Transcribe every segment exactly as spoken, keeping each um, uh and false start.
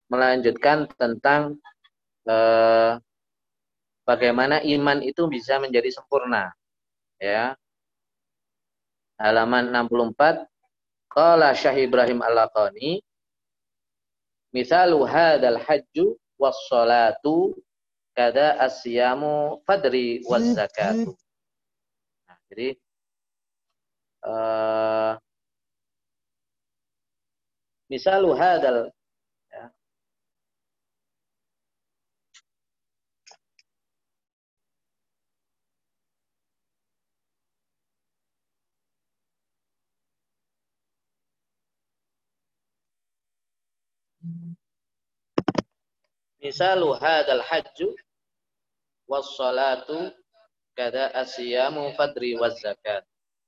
melanjutkan tentang eh, bagaimana iman itu bisa menjadi sempurna. Ya. Halaman enam puluh empat, qala Syekh Ibrahim Al-Laqani, misalu hadzal hajju was salatu kada asyamu fadri waz zakatu. Nah, jadi uh, misalu hadzal ya. Misalu hadzal hajju was salatu kada asyamu fadri waz zakat.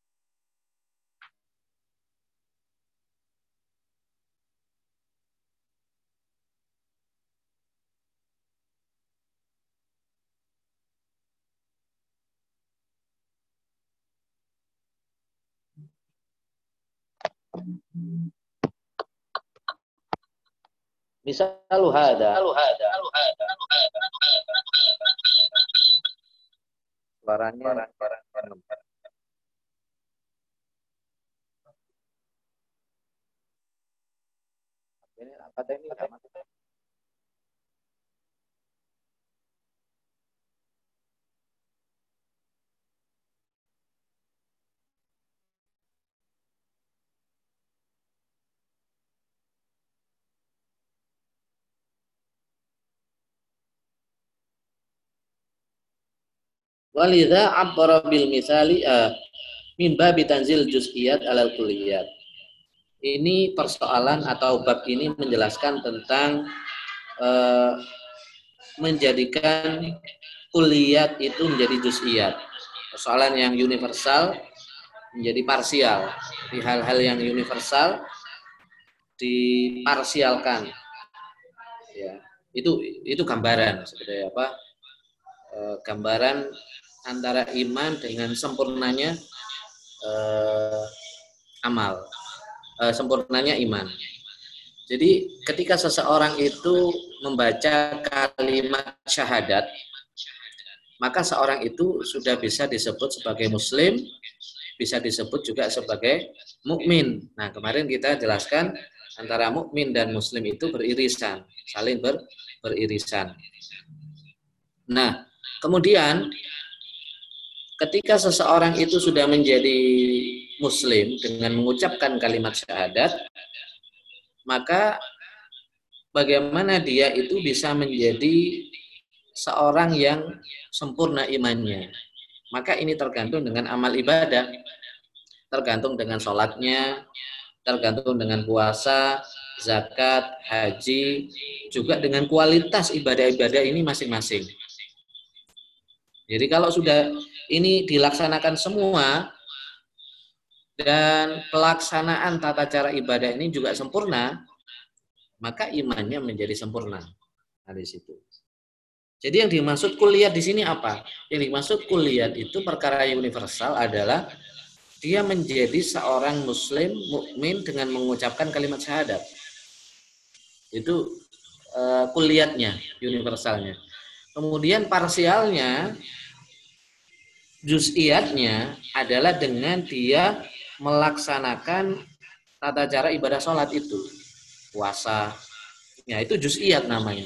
Misalu hada. Suaranya ini apa tadi? Walidha abbara bil misali uh, min babi tanzil juz'iyat alal kulliyat. Ini persoalan atau bab ini menjelaskan tentang uh, menjadikan kulliyat itu menjadi juz'iyat. Persoalan yang universal menjadi parsial. Di hal-hal yang universal diparsialkan. Ya, itu itu gambaran sebenarnya apa? E, gambaran antara iman dengan sempurnanya e, amal, e, sempurnanya iman. Jadi ketika seseorang itu membaca kalimat syahadat, maka seorang itu sudah bisa disebut sebagai muslim, bisa disebut juga sebagai mukmin. Nah, kemarin kita jelaskan antara mukmin dan muslim itu beririsan, saling ber, beririsan. Nah, kemudian ketika seseorang itu sudah menjadi muslim dengan mengucapkan kalimat syahadat, maka bagaimana dia itu bisa menjadi seorang yang sempurna imannya. Maka ini tergantung dengan amal ibadah, tergantung dengan sholatnya, tergantung dengan puasa, zakat, haji, juga dengan kualitas ibadah-ibadah ini masing-masing. Jadi kalau sudah ini dilaksanakan semua dan pelaksanaan tata cara ibadah ini juga sempurna, maka imannya menjadi sempurna. Nah, di situ. Jadi yang dimaksud kulliyat di sini apa? Yang dimaksud kulliyat itu perkara universal adalah dia menjadi seorang muslim mukmin dengan mengucapkan kalimat syahadat. Itu uh, kulliyatnya, universalnya. Kemudian parsialnya, juz'iyatnya adalah dengan dia melaksanakan tata cara ibadah sholat itu, puasa. Ya, itu juz'iyat namanya.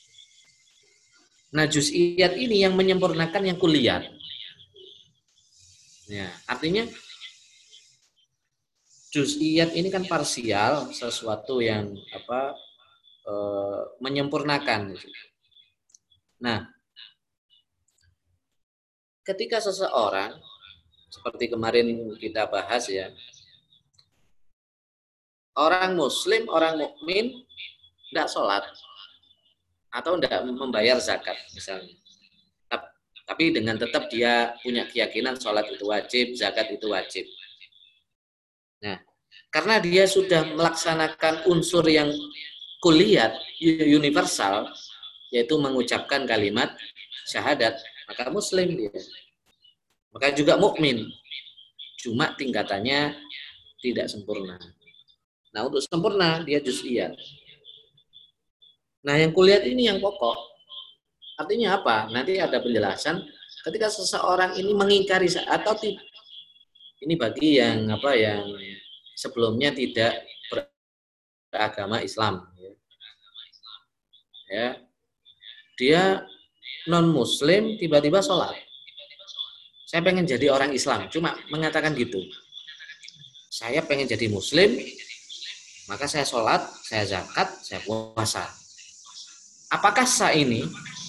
Nah, juz'iyat ini yang menyempurnakan yang kulliyat. Ya, artinya juz'iyat ini kan parsial, sesuatu yang apa e, menyempurnakan. Nah, ketika seseorang seperti kemarin kita bahas ya, orang muslim, orang mukmin tidak sholat atau tidak membayar zakat misalnya, tapi dengan tetap dia punya keyakinan sholat itu wajib, zakat itu wajib. Nah, karena dia sudah melaksanakan unsur yang kulliyat, universal, yaitu mengucapkan kalimat syahadat, maka muslim dia. Maka juga mukmin. Cuma tingkatannya tidak sempurna. Nah, untuk sempurna dia juz'iyat. Nah, yang kulihat ini yang pokok. Artinya apa? Nanti ada penjelasan ketika seseorang ini mengingkari atau ini bagi yang apa yang sebelumnya tidak beragama Islam, ya, dia non Muslim tiba-tiba sholat. Saya pengen jadi orang Islam, cuma mengatakan gitu. Saya pengen jadi Muslim, maka saya sholat, saya zakat, saya puasa. Apakah sah ini?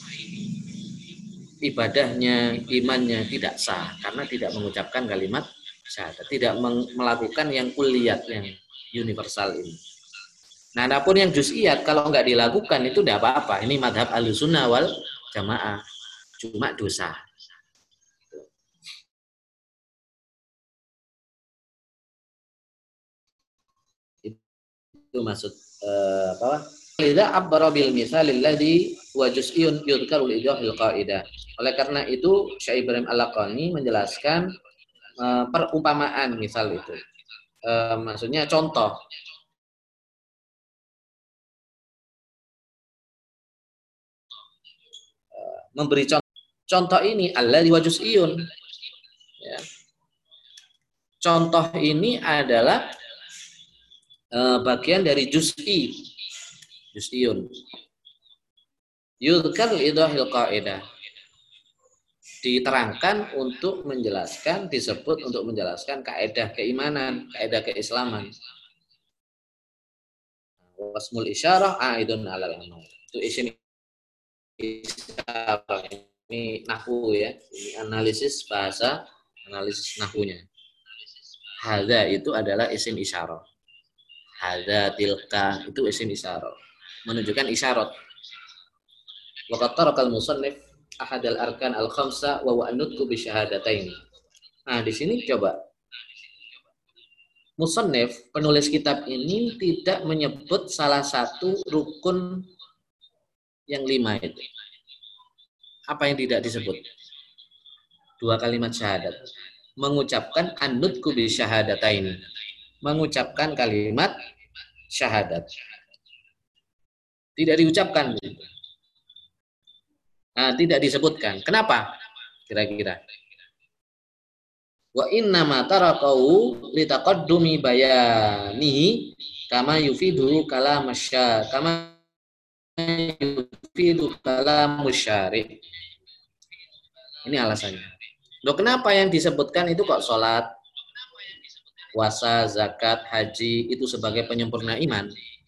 Ibadahnya, imannya tidak sah karena tidak mengucapkan kalimat syahadat, tidak melakukan yang kulliyat, yang universal ini. Nah, adapun yang juz'iyat kalau nggak dilakukan itu tidak apa-apa. Ini madhab Ahlussunnah wal Jamaah, cuma dosa. Itu maksud eh, apa? Lidza abbara bil misalil ladzi wa juz'iyun yudhkaru li idhahil qaidah. Oleh karena itu Syekh Ibrahim Al-Laqani menjelaskan uh, perumpamaan misal itu. Uh, maksudnya contoh. Uh, memberi contoh. Contoh ini alladzi wa juz'iyun. Ya. Contoh ini adalah uh, bagian dari juz'i. Juz'iyun. Yudhkar li idhahil qaidah. Diterangkan untuk menjelaskan, disebut untuk menjelaskan kaidah keimanan, kaidah keislaman. Wasmul isyarah aidun alal amal. Itu isim isyarah, ini nahwu ya, ini analisis bahasa, analisis nahwunya. Hadza itu adalah isim isyarah. Hadza tilka itu isim isyarah, menunjukkan isyarat. Wa qad tarakal musannif ahad al-arkan al-khamsa wa wa an-nutqu bi syahadatain. Nah, di sini coba musannif, penulis kitab ini tidak menyebut salah satu rukun yang lima itu. Apa yang tidak disebut? Dua kalimat syahadat. Mengucapkan an-nutqu bi syahadatain. Mengucapkan kalimat syahadat. Tidak diucapkan. Nah, tidak disebutkan. Kenapa? Kira-kira. Wa inna ma tarakahu litaqaddumi bayanihi kama yufidu kalam asy kama yufidu kalam musyari. Ini alasannya. Loh, kenapa yang disebutkan itu kok sholat, puasa, zakat, haji itu sebagai penyempurna iman?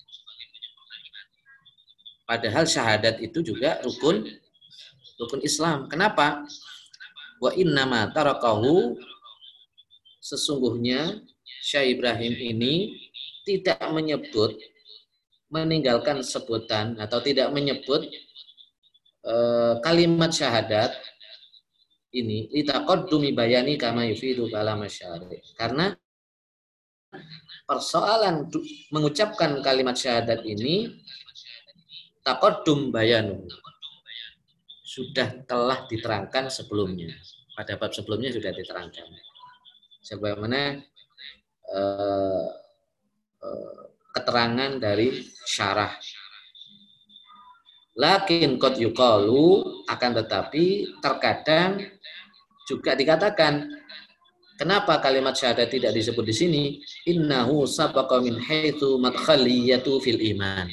Padahal syahadat itu juga rukun rukun Islam. Kenapa? Wa inna ma tarakahu, sesungguhnya Syekh Ibrahim ini tidak menyebut, meninggalkan sebutan atau tidak menyebut e, kalimat syahadat ini litaqaddumi bayani kama yufidu kalam syari. Karena persoalan mengucapkan kalimat syahadat ini taqaddum bayanu, sudah telah diterangkan sebelumnya. Pada bab sebelumnya sudah diterangkan. Sebagaimana eh, eh, keterangan dari syarah. Lakin qad yuqalu, akan tetapi terkadang juga dikatakan, kenapa kalimat syahadat tidak disebut di sini? Innahu sabaqa min haitsu madkhaliyatu fil iman.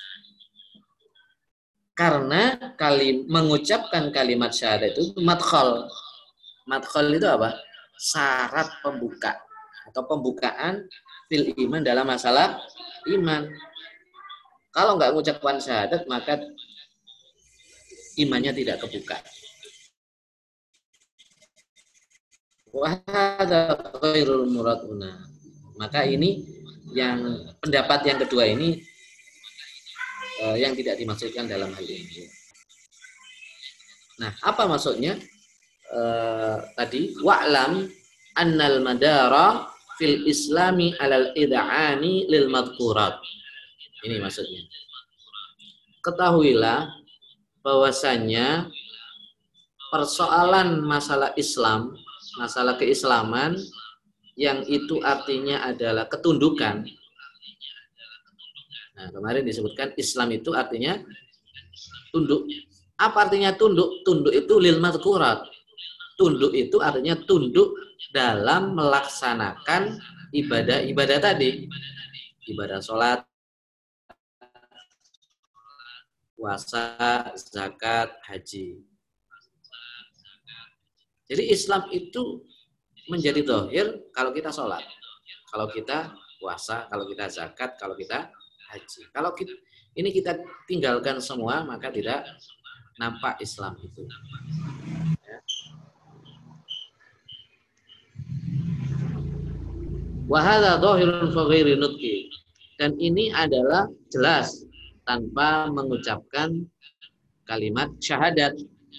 Karena kalim, mengucapkan kalimat syahadat itu madkhal. Madkhal itu apa? Syarat pembuka atau pembukaan fil iman dalam masalah iman. Kalau nggak mengucapkan syahadat maka imannya tidak kebuka. Wahada ghairul muraduna. Maka ini yang pendapat yang kedua ini eh, yang tidak dimaksudkan dalam hal ini. Nah, apa maksudnya? Eh, tadi wa'lam annal madara fil islami alal id'ani lil madkurat. Ini maksudnya. Ketahuilah bahwasanya persoalan masalah Islam, masalah keislaman yang itu artinya adalah ketundukan, Nah, kemarin disebutkan Islam itu artinya tunduk. Apa artinya tunduk? Tunduk itu lil madhkurat. Tunduk itu artinya tunduk dalam melaksanakan ibadah-ibadah tadi. Ibadah sholat, puasa, zakat, haji. Jadi Islam itu menjadi dohir kalau kita sholat, kalau kita puasa, kalau kita zakat, kalau kita haji. Kalau kita, ini kita tinggalkan semua, maka tidak nampak Islam itu. Ya. Wahada dohirun faghairi nutki. Dan ini adalah jelas tanpa mengucapkan kalimat syahadat,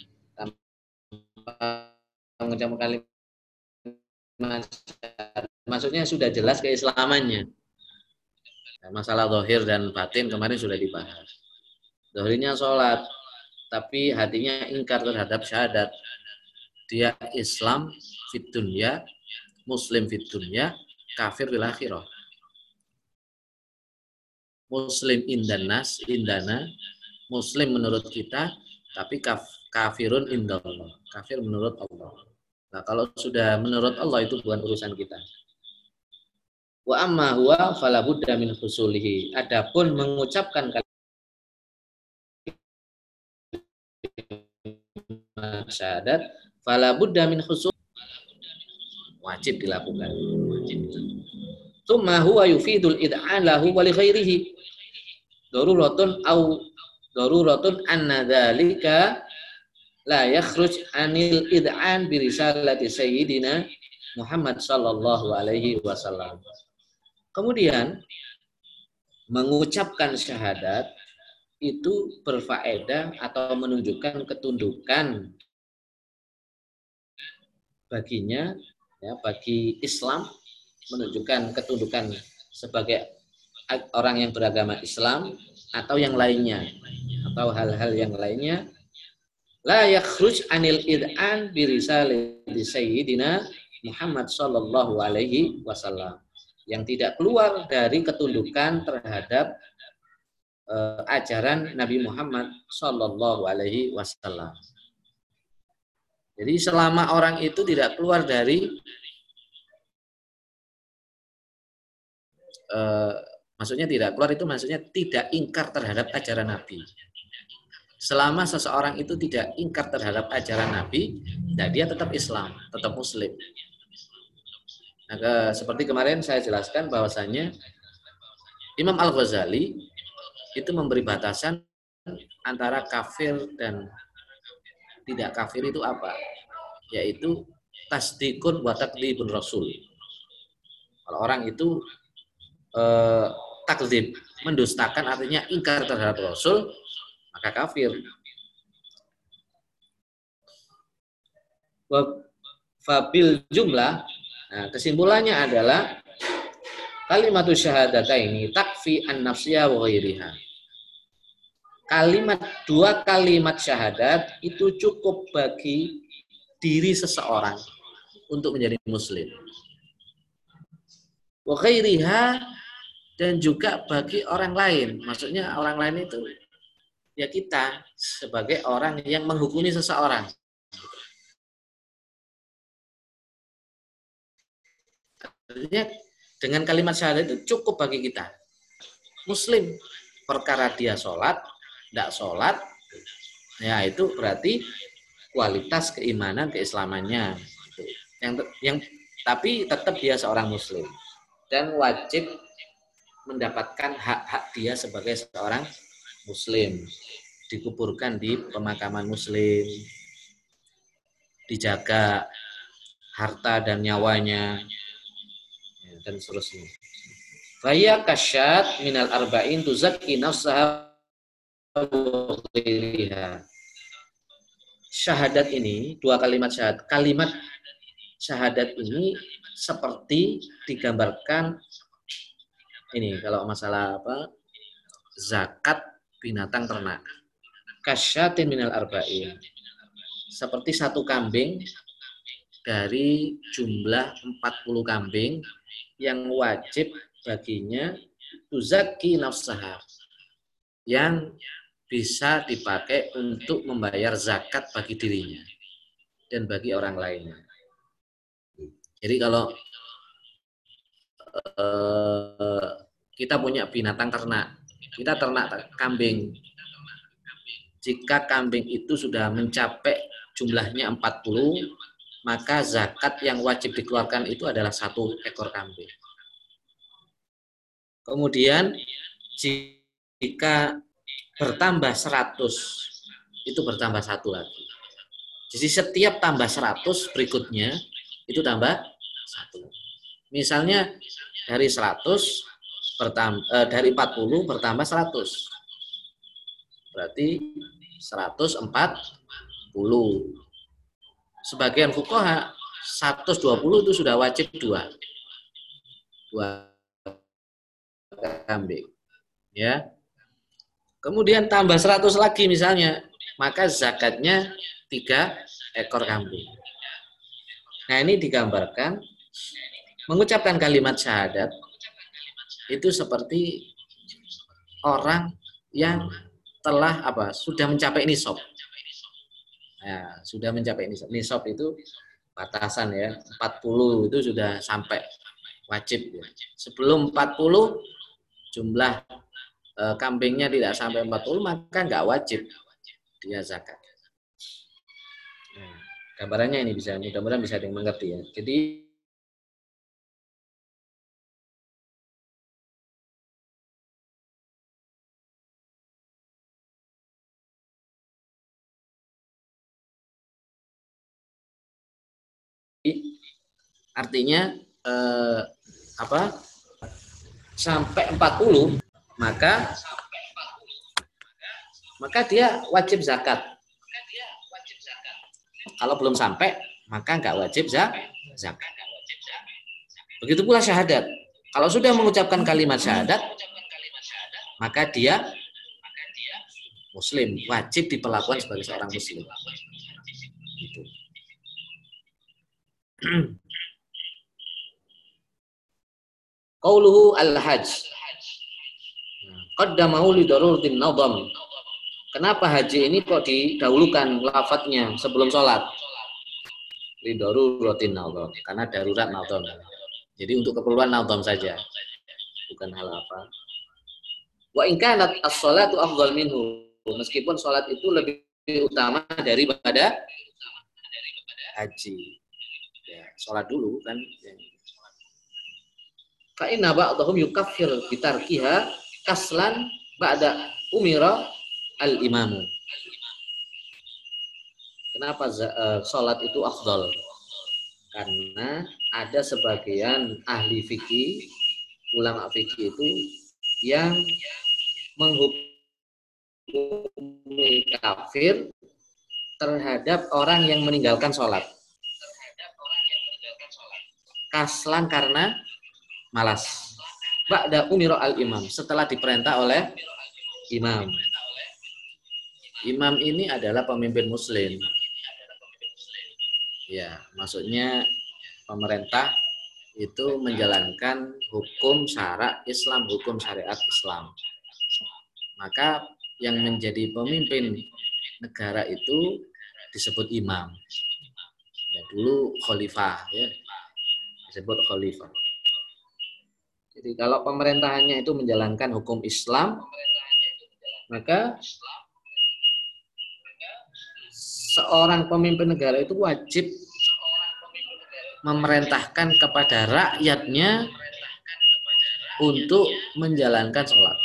tanpa mengucapkan kalimat syahadat. Maksudnya sudah jelas keislamannya. Nah, masalah dohir dan batin kemarin sudah dibahas. Dohirnya sholat, tapi hatinya ingkar terhadap syahadat. Dia Islam fit dunya, Muslim fit dunya, kafir fil akhirah. Muslim indanas, indana, Muslim menurut kita, tapi kaf, kafirun indallah. Kafir menurut Allah. Nah, kalau sudah menurut Allah itu bukan urusan kita. Wa amma huwa fala budda min husulihi. Adapun mengucapkan kalimat syahadat fala budda min husul, wajib dilakukan. Wajib. Tsumma huwa yufidul id'an lahu wa li ghairihi. Daruratun au daruratun anna dzalika la yakhruj anil id'an bi risalati sayyidina Muhammad sallallahu alaihi wasallam. Kemudian mengucapkan syahadat itu berfaedah atau menunjukkan ketundukan baginya, ya, bagi Islam, menunjukkan ketundukan sebagai orang yang beragama Islam atau yang lainnya, atau hal-hal yang lainnya. La yakhruj anil id'an bi risalati sayyidina Muhammad sallallahu alaihi wasallam, yang tidak keluar dari ketundukan terhadap uh, ajaran Nabi Muhammad sallallahu alaihi wasallam. Jadi selama orang itu tidak keluar dari uh, maksudnya tidak keluar itu maksudnya tidak ingkar terhadap ajaran Nabi. Selama seseorang itu tidak ingkar terhadap ajaran Nabi, nah dia tetap Islam, tetap Muslim. Nah, ke, seperti kemarin saya jelaskan bahwasanya Imam Al-Ghazali itu memberi batasan antara kafir dan tidak kafir itu apa? Yaitu tasdikun wa takdzibun rasul. Kalau orang itu eh, takdzib, mendustakan artinya ingkar terhadap Rasul, maka kafir. Fabil jumlah, nah, kesimpulannya adalah kalimat syahadataini takfi an nafsiyah wa ghairiha. Kalimat dua kalimat syahadat itu cukup bagi diri seseorang untuk menjadi muslim. Wa ghairiha, dan juga bagi orang lain. Maksudnya orang lain itu ya kita sebagai orang yang menghukumi seseorang. Artinya dengan kalimat syahadat itu cukup bagi kita. Muslim, perkara dia sholat, tidak sholat, ya itu berarti kualitas keimanan, keislamannya. Yang, yang tapi tetap dia seorang Muslim dan wajib mendapatkan hak-hak dia sebagai seorang Muslim, dikuburkan di pemakaman Muslim, dijaga harta dan nyawanya, dan seterusnya. Faya kasyat minal arba'in tuzakki nafsaha wa ghairiha. Syahadat ini, dua kalimat syahadat. Kalimat syahadat ini seperti digambarkan ini kalau masalah apa? Zakat binatang ternak. Kasyatin minal arba'in. Seperti satu kambing dari jumlah empat puluh kambing yang wajib baginya tuzakki nafsaha, yang bisa dipakai untuk membayar zakat bagi dirinya dan bagi orang lain. Jadi kalau eh, kita punya binatang ternak, kita ternak kambing. Jika kambing itu sudah mencapai jumlahnya empat puluh, maka zakat yang wajib dikeluarkan itu adalah satu ekor kambing. Kemudian jika bertambah seratus, itu bertambah satu lagi. Jadi setiap tambah seratus berikutnya itu tambah satu. Misalnya dari seratus bertambah, eh, dari empat puluh bertambah seratus. Berarti seratus empat puluh. Sebagian fuqaha seratus dua puluh itu sudah wajib dua. Dua kambing. Ya. Kemudian tambah seratus lagi misalnya, maka zakatnya tiga ekor kambing. Nah, ini digambarkan mengucapkan kalimat syahadat itu seperti orang yang telah apa? Sudah mencapai nisab. Nah, sudah mencapai nisab. Nisab itu batasan ya, empat puluh itu sudah sampai wajib ya. Sebelum empat puluh jumlah e, kambingnya tidak sampai empat puluh, maka nggak wajib dia zakat. Nah, gambarannya ini bisa, mudah-mudahan bisa ada yang mengerti ya. Jadi artinya eh, apa? Sampai empat puluh, maka maka dia wajib zakat. Kalau belum sampai, maka nggak wajib zakat. Begitu pula syahadat. Kalau sudah mengucapkan kalimat syahadat, maka dia muslim, wajib diperlakukan sebagai seorang muslim. Gitu. Qauluhu al-hajj. Qaddamahu li daruratin nadham. Kenapa haji ini kok didahulukan lafadznya sebelum sholat? Li daruratin nadham. Karena darurat nadham. Jadi untuk keperluan nadham saja. Bukan hal apa. Wa in kanat as-shalatu afdhal minhu. Meskipun sholat itu lebih utama daripada haji. Ya, sholat dulu kan. Fa inna ba'dahum yukaffir bitarkiha kaslan ba'da umira al-imamu. Kenapa sholat itu afdal? Karena ada sebagian ahli fikih, ulama fikih itu yang menghukumi kafir terhadap orang yang meninggalkan sholat. Kaslan karena malas. Ba'da umira al-imam, setelah diperintah oleh imam. Imam ini adalah pemimpin muslim. Ya, maksudnya pemerintah itu menjalankan hukum syara Islam, hukum syariat Islam. Maka yang menjadi pemimpin negara itu disebut imam. Ya, dulu khalifah ya. Disebut khalifah. Jadi kalau pemerintahannya itu menjalankan hukum Islam, maka seorang pemimpin negara itu wajib memerintahkan kepada rakyatnya untuk menjalankan sholat.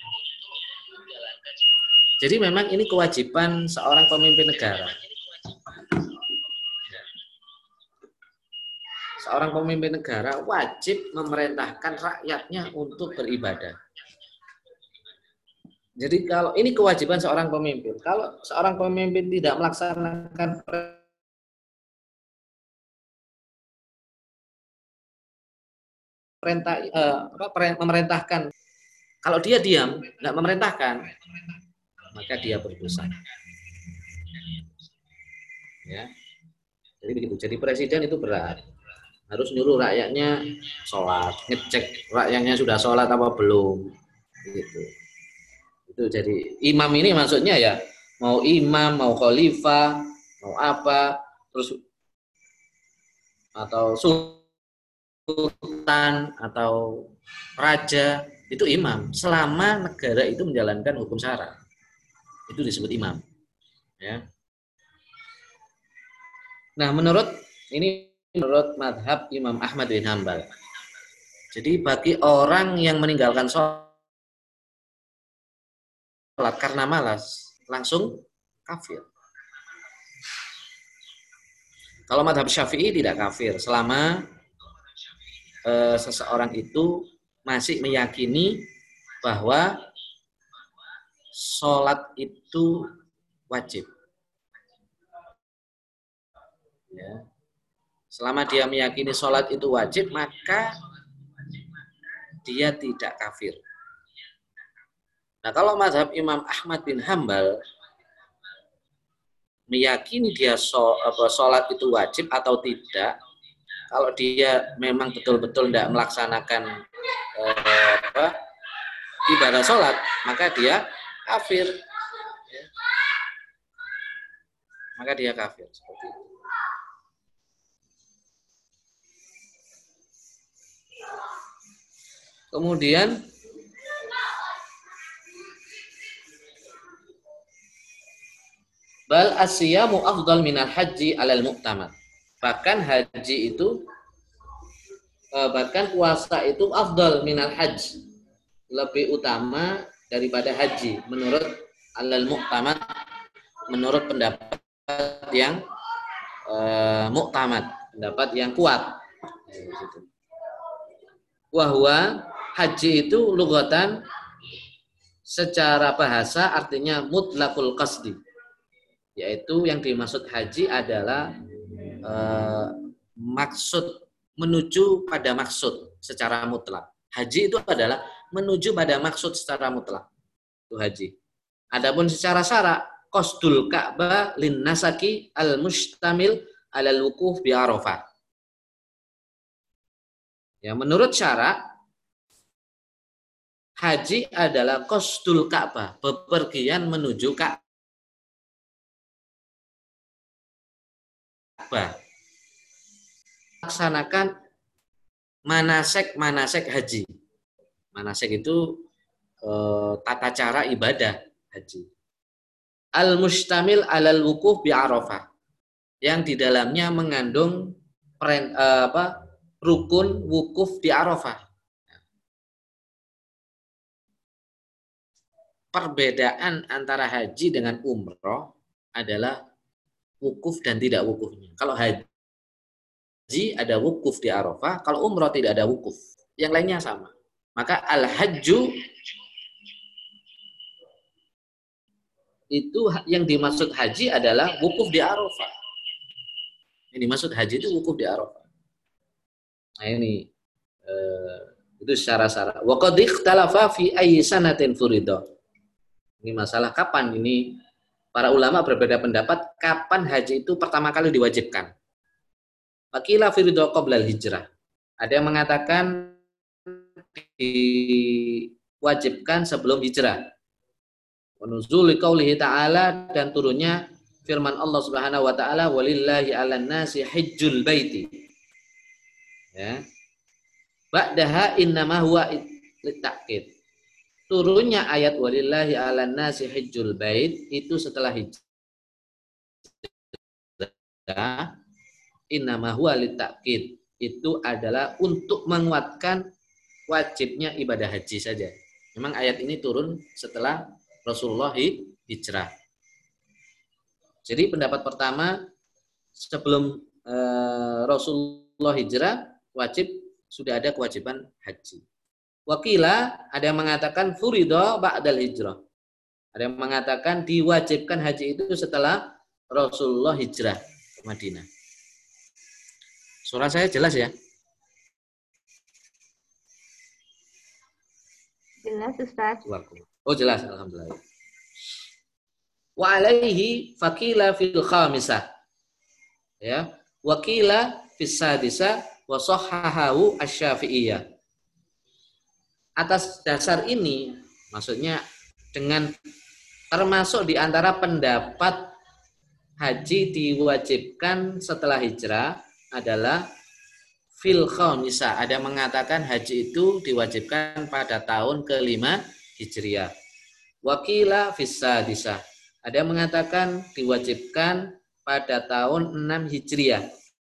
Jadi memang ini kewajiban seorang pemimpin negara. Seorang pemimpin negara wajib memerintahkan rakyatnya untuk beribadah. Jadi kalau ini kewajiban seorang pemimpin. Kalau seorang pemimpin tidak melaksanakan perintah, eh, apa, memerintahkan, kalau dia diam, nggak memerintahkan, maka dia berdosa. Ya, jadi begitu. Jadi presiden itu berat. harus nyuruh rakyatnya sholat, ngecek rakyatnya sudah sholat apa belum, gitu. Itu jadi imam ini maksudnya ya mau imam, mau khalifah, mau apa, terus atau sultan atau raja itu imam selama negara itu menjalankan hukum syara, itu disebut imam, ya. Nah, menurut ini menurut madhab Imam Ahmad bin Hambal. Jadi bagi orang yang meninggalkan sholat karena malas, langsung kafir. Kalau madhab Syafi'i tidak kafir selama e, seseorang itu masih meyakini bahwa sholat itu wajib. Ya. Selama dia meyakini sholat itu wajib, maka dia tidak kafir. Nah, kalau mazhab Imam Ahmad bin Hambal meyakini dia sholat itu wajib atau tidak, kalau dia memang betul-betul tidak melaksanakan eh, apa, ibadah sholat, maka dia kafir. Ya. Maka dia kafir. Seperti itu. Kemudian bal asyamu afdal minal haji alal mu'tamad. Bahkan haji itu bahkan puasa itu afdal minal haji, lebih utama daripada haji menurut alal mu'tamad, menurut pendapat yang uh, mu'tamad, pendapat yang kuat. Wahwa haji itu lugatan secara bahasa artinya mutlaqul qasdi, yaitu yang dimaksud haji adalah eh, maksud menuju pada maksud secara mutlak. Haji itu adalah menuju pada maksud secara mutlak. Itu haji. Adapun secara syara qasdul Ka'bah lin nasaki al mustamil alal wuquf bi Arafah. Ya, menurut syara haji adalah qasdul Ka'bah, bepergian menuju Ka'bah. Laksanakan manasek-manasek haji. Manasek itu e, tata cara ibadah haji. Al-mustamil alal wukuf bi Arafah. Yang di dalamnya mengandung peren, e, apa, rukun wukuf di Arafah. Perbedaan antara haji dengan umroh adalah wukuf dan tidak wukufnya. Kalau haji ada wukuf di Arafah, kalau umroh tidak ada wukuf. Yang lainnya sama. Maka al-hajju itu yang dimaksud haji adalah wukuf di Arafah. Yang dimaksud haji itu wukuf di Arafah. Nah ini eh, itu secara-secara. Wa qad ikhtalafa fi ayyi sanatin furidah. Ini masalah kapan ini para ulama berbeda pendapat kapan haji itu pertama kali diwajibkan. Wakila firido qoblal hijrah. Ada yang mengatakan diwajibkan sebelum hijrah. Nuzul qaulihi ta'ala, dan turunnya firman Allah Subhanahu wa taala, walillahi 'alan nasi hajjul baiti. Ya. Ba'daha innama huwa litakid. Turunnya ayat walillahi 'alan nasi hajjul bait itu setelah hijrah, innama huwa litakid, itu adalah untuk menguatkan wajibnya ibadah haji saja. Memang ayat ini turun setelah Rasulullah hijrah. Jadi pendapat pertama, sebelum eh, Rasulullah hijrah wajib sudah ada kewajiban haji. Wakila ada yang mengatakan furido ba'dal hijrah. Ada yang mengatakan diwajibkan haji itu setelah Rasulullah hijrah ke Madinah. Suara saya jelas ya? Jelas Ustaz. Oh jelas, alhamdulillah. Wa alaihi faqila fil khamisah. Ya, wakila fis sadisah wa shahhahahu asy-Syafi'iyah. Atas dasar ini, maksudnya dengan termasuk di antara pendapat haji diwajibkan setelah hijrah adalah fil khamisah. Ada mengatakan haji itu diwajibkan pada tahun kelima Hijriah. Wakila fis sadisah. Ada mengatakan diwajibkan pada tahun enam Hijriah.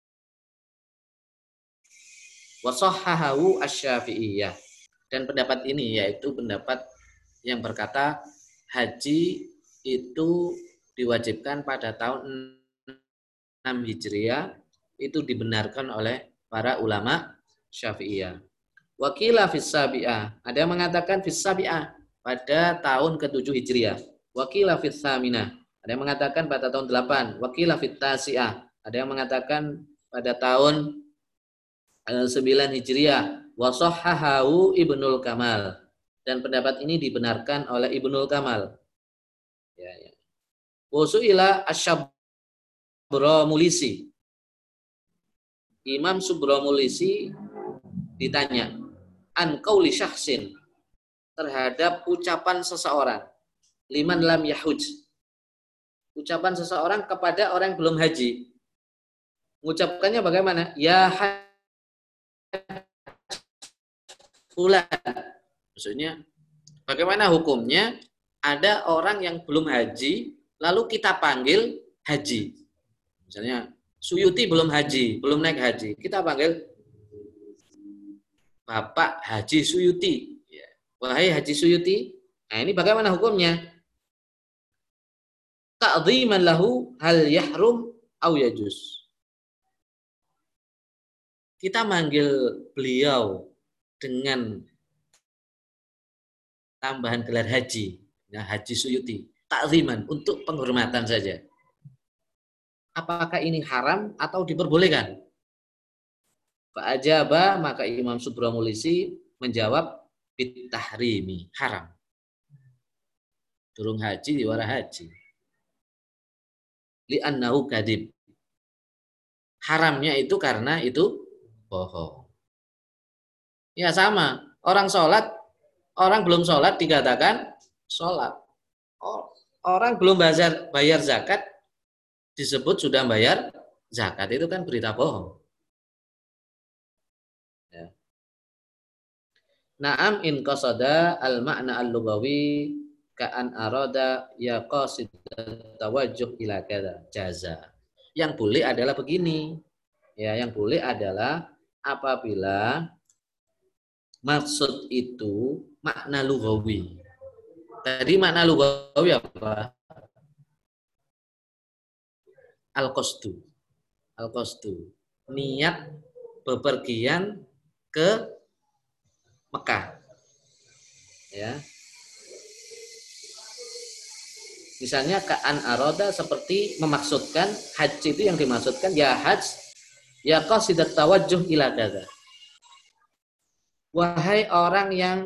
Wa shahhahahu asy-Syafi'iyah. Dan pendapat ini yaitu pendapat yang berkata haji itu diwajibkan pada tahun enam Hijriah, itu dibenarkan oleh para ulama Syafi'iyah. Wakila fis sabi'ah. Ada yang mengatakan fis sabi'ah pada tahun ketujuh Hijriah. Wakila fis saminah. Ada yang mengatakan pada tahun delapan. Wakila fit tasi'ah. Ada yang mengatakan pada tahun sembilan Hijriah. Wa shahhahahu Ibnul Kamal. Dan pendapat ini dibenarkan oleh Ibnul Kamal. Ya, ya. Wa su'ila asy-Syabramulisi. Imam Subramulisi ditanya an qauli syakhsin, terhadap ucapan seseorang, liman lam yahuj, ucapan seseorang kepada orang yang belum haji. Mengucapkannya bagaimana? Ya fulan. Maksudnya bagaimana hukumnya ada orang yang belum haji lalu kita panggil haji. Misalnya Suyuti belum haji, belum naik haji, kita panggil Bapak Haji Suyuti. Wahai Haji Suyuti, nah ini bagaimana hukumnya? Ta'dhiman lahu hal yahrum au yajuz. Kita manggil beliau dengan tambahan gelar haji, nah, Haji Suyuti, ta'dhiman, untuk penghormatan saja. Apakah ini haram atau diperbolehkan? Fa'ajaba, maka Imam Subramulisi menjawab bitahrimi, haram. Durung haji diwara haji. Li'annahu kadib. Haramnya itu karena itu bohong. Ya sama, orang sholat, orang belum sholat dikatakan sholat. Orang belum bayar, bayar zakat disebut sudah bayar zakat, itu kan berita bohong. Ya. Naam in qasada al makna al lugawi ka'an arada ya qasid tawajjuh ila kadza jaza. Yang boleh adalah begini. Ya, yang boleh adalah apabila maksud itu makna lugawi. Tadi makna lugawi apa? Al-qasdu. Al-qasdu. Niat bepergian ke Mekah. Ya. Misalnya ka'an aroda, seperti memaksudkan, haji itu yang dimaksudkan ya haj ya qasidat tawajjuh ila kadza. Wahai orang yang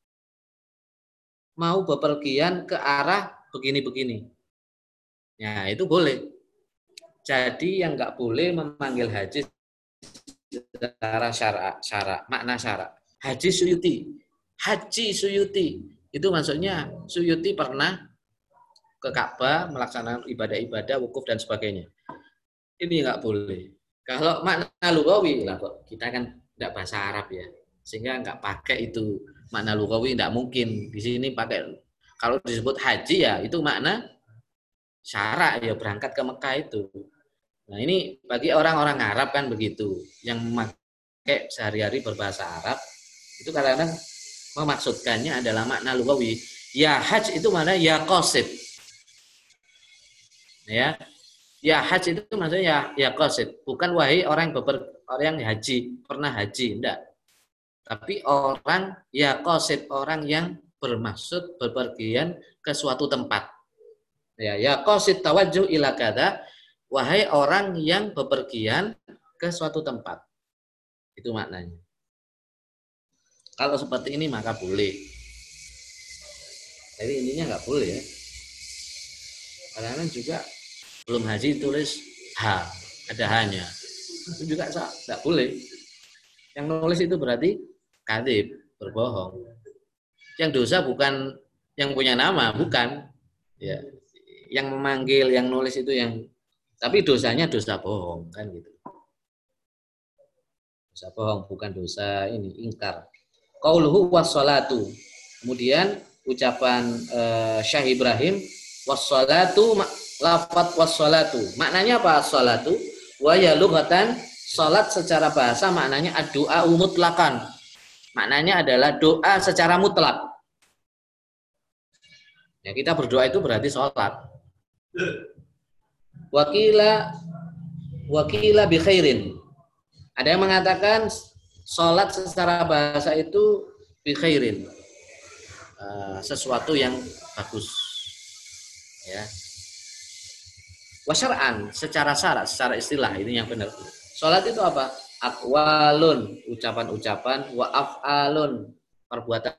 mau bepergian ke arah begini-begini. Ya, itu boleh. Jadi yang enggak boleh memanggil haji secara syara, syara, makna syara. Haji Suyuti. Haji Suyuti. Itu maksudnya Suyuti pernah ke Ka'bah melaksanakan ibadah-ibadah, wukuf dan sebagainya. Ini enggak boleh. Kalau makna lugawi lah kok, kita kan enggak bahasa Arab ya. Sehingga enggak pakai itu makna lugawi, enggak mungkin. Di sini pakai, kalau disebut haji ya itu makna syara, ya berangkat ke Mekah itu. Nah ini bagi orang-orang Arab kan begitu, yang memakai sehari-hari berbahasa Arab, itu kadang-kadang memaksudkannya adalah makna lugawi. Ya haj itu mana? Ya qasid. Ya, ya haj itu maksudnya ya, ya qasid. Bukan wahai orang yang beber, orang yang haji, pernah haji, enggak. Tapi orang ya qasid, orang yang bermaksud bepergian ke suatu tempat. Ya, ya qasid tawajjuh ila kadza, wahai orang yang bepergian ke suatu tempat. Itu maknanya. Kalau seperti ini maka boleh. Jadi intinya nggak boleh ya. Kadang-kadang juga belum haji tulis H, ada hanya. Itu juga nggak boleh. Yang nulis itu berarti kadzib, berbohong. Yang dosa bukan yang punya nama, bukan. Ya. Yang memanggil, yang nulis itu yang, tapi dosanya dosa bohong kan gitu. Dosa bohong bukan dosa ini ingkar. Qauluhu wassalatu. Kemudian ucapan uh, Syekh Ibrahim wassalatu, lafaz wassalatu. Maknanya apa wassalatu? Wa ya lughatan, salat secara bahasa maknanya ad-du'a mutlaqan. Maknanya adalah doa secara mutlak. Ya, kita berdoa itu berarti salat. Wakila wakila bi khairin. Ada yang mengatakan salat secara bahasa itu bi khairin. Uh, sesuatu yang bagus. Ya. Wasyar'an secara syarat, secara istilah ini yang benar. Salat itu apa? Aqwalun, ucapan-ucapan, wa af'alun, perbuatan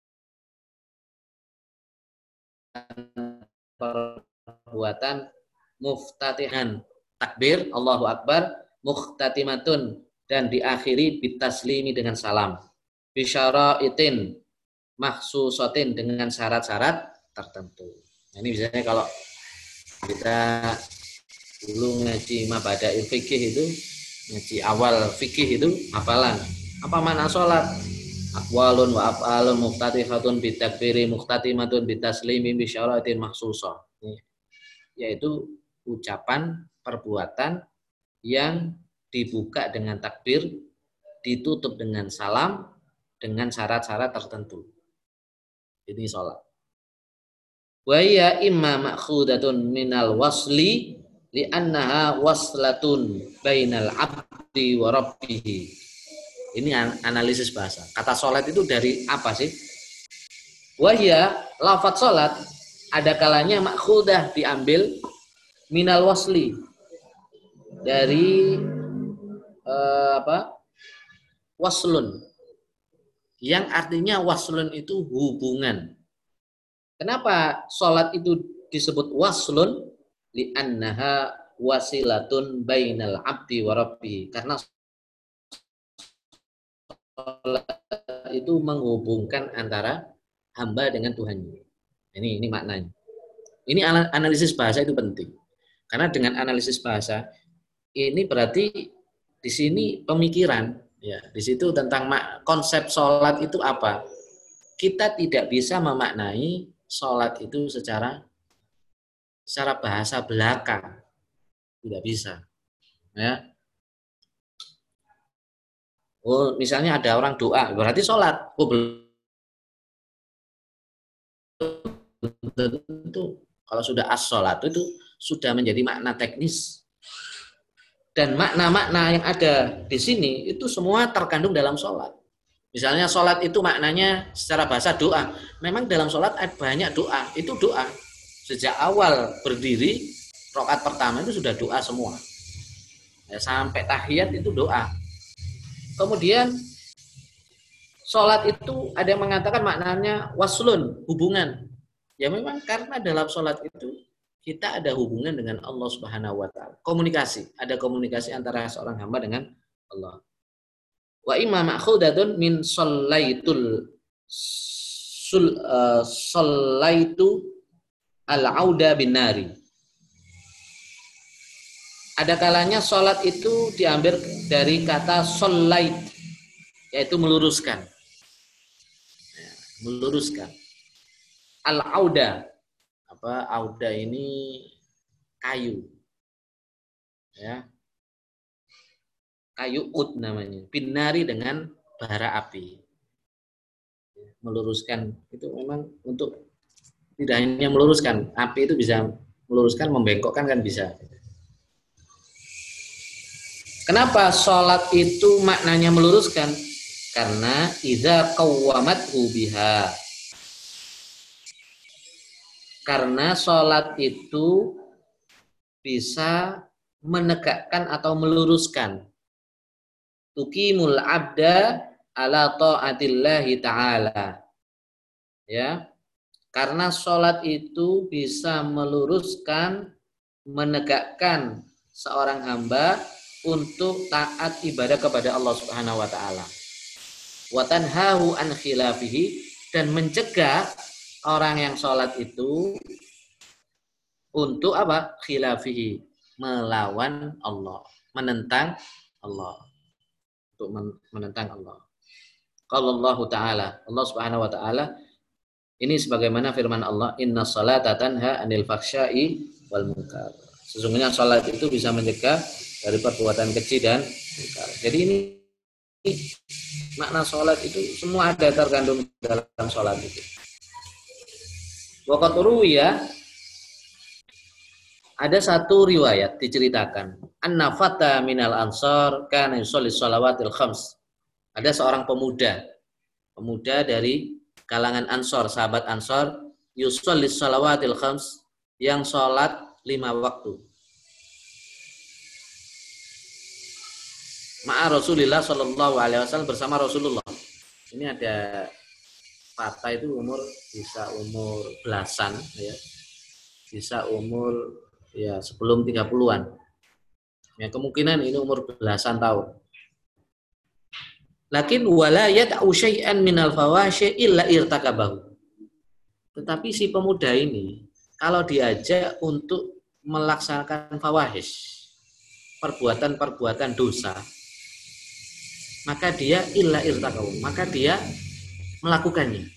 perbuatan, muftatihan, takbir, Allahu Akbar, mukhtatimatun, dan diakhiri bitaslimi dengan salam. Bisyaraitin, mahsusatin, dengan syarat-syarat tertentu. Nah, ini biasanya kalau kita dulu ngaji mabadail fikih itu, ngaji awal fikih itu hafalan. Apa makna sholat? Aqwalun wa af'alun muftatihatun bitakbiri mukhtatimatun bitaslimi bisyaratin mahsusah. Yaitu ucapan, perbuatan yang dibuka dengan takbir, ditutup dengan salam, dengan syarat-syarat tertentu. Ini sholat. Wa ya imma ma'khudatun minal wasli li'annaha waslatun bainal abdi wa rabbih. Ini analisis bahasa. Kata sholat itu dari apa sih? Wa ya, lafaz sholat ada kalanya ma'khudah diambil minal wasli dari eh, apa? Waslun. Yang artinya waslun itu hubungan. Kenapa sholat itu disebut waslun? Li'annaha wasilatun bainal abdi wa rabbi. Karena sholat itu menghubungkan antara hamba dengan Tuhannya. Ini ini maknanya. Ini analisis bahasa itu penting. Karena dengan analisis bahasa ini berarti di sini pemikiran, ya, di situ tentang konsep sholat itu apa? Kita tidak bisa memaknai sholat itu secara secara bahasa belaka, tidak bisa. Ya. Oh, misalnya ada orang doa, berarti sholat. Oh, belum tentu. Kalau sudah as-sholat itu sudah menjadi makna teknis. Dan makna-makna yang ada di sini itu semua terkandung dalam sholat. Misalnya sholat itu maknanya secara bahasa doa. Memang dalam sholat ada banyak doa. Itu doa. Sejak awal berdiri, rakaat pertama itu sudah doa semua. Ya, sampai tahiyat itu doa. Kemudian sholat itu ada yang mengatakan maknanya waslun, hubungan. Ya memang karena dalam sholat itu kita ada hubungan dengan Allah Subhanahu wa taala. Komunikasi, ada komunikasi antara seorang hamba dengan Allah. Wa imma ma'khudatun min shallaitul sul uh, shallaitu al-auda bin nari. Ada kalanya sholat itu diambil dari kata shallait, yaitu meluruskan. Ya, meluruskan. Al-auda, apa auda ini kayu. Ya. Kayu ud namanya, binari dengan bara api. Meluruskan itu memang untuk tidak hanya meluruskan, api itu bisa meluruskan, membengkokkan kan bisa. Kenapa sholat itu maknanya meluruskan? Karena idza qawwamathu biha. Karena sholat itu bisa menegakkan atau meluruskan. Tuqimul abda ala ta'atillahi ta'ala. Ya. Karena sholat itu bisa meluruskan, menegakkan seorang hamba untuk taat ibadah kepada Allah Subhanahu wa taala. Wa tanhahu an khilafihi, dan mencegah orang yang sholat itu untuk apa? Khilafihi, melawan Allah, menentang Allah, untuk menentang Allah. Qala Allah Ta'ala, Allah Subhanahu wa taala ini sebagaimana firman Allah, inna sholata tanha anil fahsya'i wal munkar. Sesungguhnya salat itu bisa mencegah dari perbuatan keji dan munkar. Jadi ini, ini makna salat itu semua ada terkandung dalam salat itu. Wa qad ruwiya, ada satu riwayat diceritakan, anna fata minal ansar kana yusolli shalawatil khams. Ada seorang pemuda, pemuda dari kalangan Ansor, sahabat Ansor, yusolli shalawatil khams, yang sholat lima waktu. Ma'a Rasulillah sallallahu alaihi wasallam, bersama Rasulullah. Ini ada Fata itu umur bisa umur belasan, ya, bisa umur ya sebelum tiga puluhan. Ya, kemungkinan ini umur belasan tahun. Lakin wala yad'u syai'an minal fawasyi illa irtakabahu. Tetapi si pemuda ini kalau diajak untuk melaksanakan fawahish, perbuatan-perbuatan dosa, maka dia illa irtakabahu, maka dia melakukannya.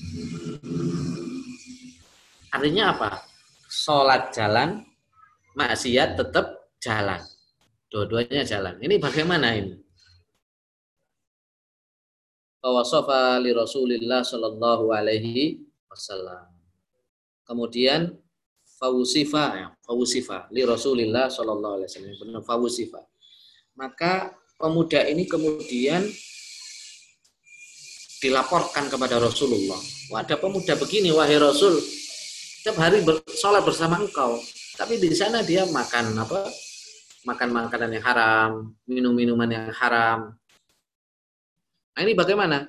Artinya apa? Sholat jalan, maksiat tetap jalan. Dua-duanya jalan. Ini bagaimana ini? Wasofa li Rasulillah sallallahu alaihi wasallam. Kemudian fausifa, ya, fausifa li Rasulillah sallallahu alaihi wasallam. Benar, fausifa. Maka pemuda ini kemudian dilaporkan kepada Rasulullah. Wah, ada pemuda begini, wahai Rasul, setiap hari sholat bersama engkau, tapi di sana dia makan apa? Makan makanan yang haram, minum minuman yang haram. Nah, ini bagaimana?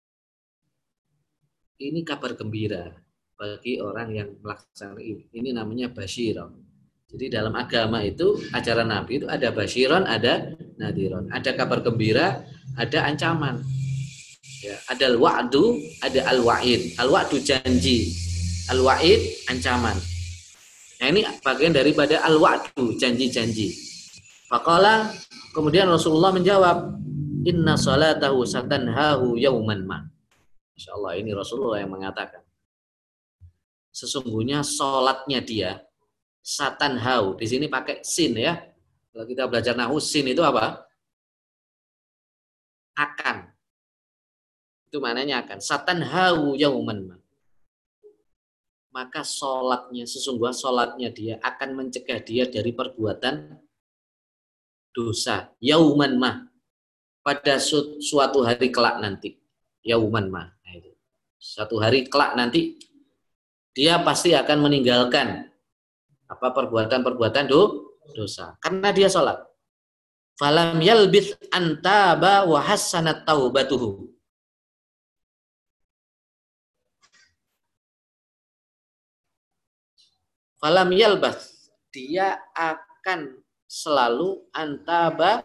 Ini kabar gembira bagi orang yang melaksanakan ini. Ini namanya basyiron. Jadi dalam agama itu, ajaran Nabi itu ada basyiron, ada nadiron. Ada kabar gembira, ada ancaman. Ya, ada al-wa'du, ada al-wa'id. Al-wa'du janji, al-wa'id ancaman. Nah, ini bagian daripada al-wa'du, janji-janji. Faqala, kemudian Rasulullah menjawab, inna salatahu satanhahu yauman ma. Insyaallah, ini Rasulullah yang mengatakan. Sesungguhnya salatnya dia satanhahu. Di sini pakai sin, ya. Kalau kita belajar nahwu, sin itu apa? Akan. Itu maknanya akan. Satanhahu yauman ma. Maka salatnya, sesungguhnya salatnya dia akan mencegah dia dari perbuatan dosa. Yauman ma. Pada suatu hari kelak nanti, yauman ma, nah itu. Suatu hari kelak nanti dia pasti akan meninggalkan apa perbuatan-perbuatan do, dosa karena dia sholat. Falam yalbith antaba wa hassanat taubatuhu. Falam yalbath, dia akan selalu antaba,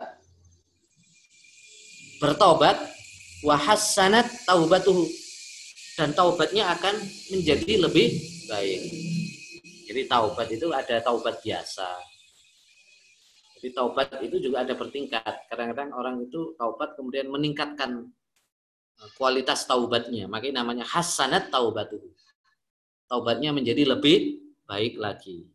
bertobat, wahassanat taubatuhu, dan taubatnya akan menjadi lebih baik. Jadi taubat itu ada taubat biasa. Jadi taubat itu juga ada bertingkat. Kadang-kadang orang itu taubat kemudian meningkatkan kualitas taubatnya, makanya namanya hassanat taubatuhu. Taubatnya menjadi lebih baik lagi.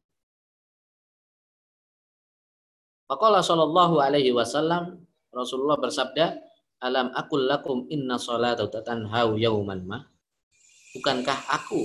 Faqala sallallahu alaihi wasallam, Rasulullah bersabda, alam aqul lakum inna sholata tatanhau yauman ma. Bukankah aku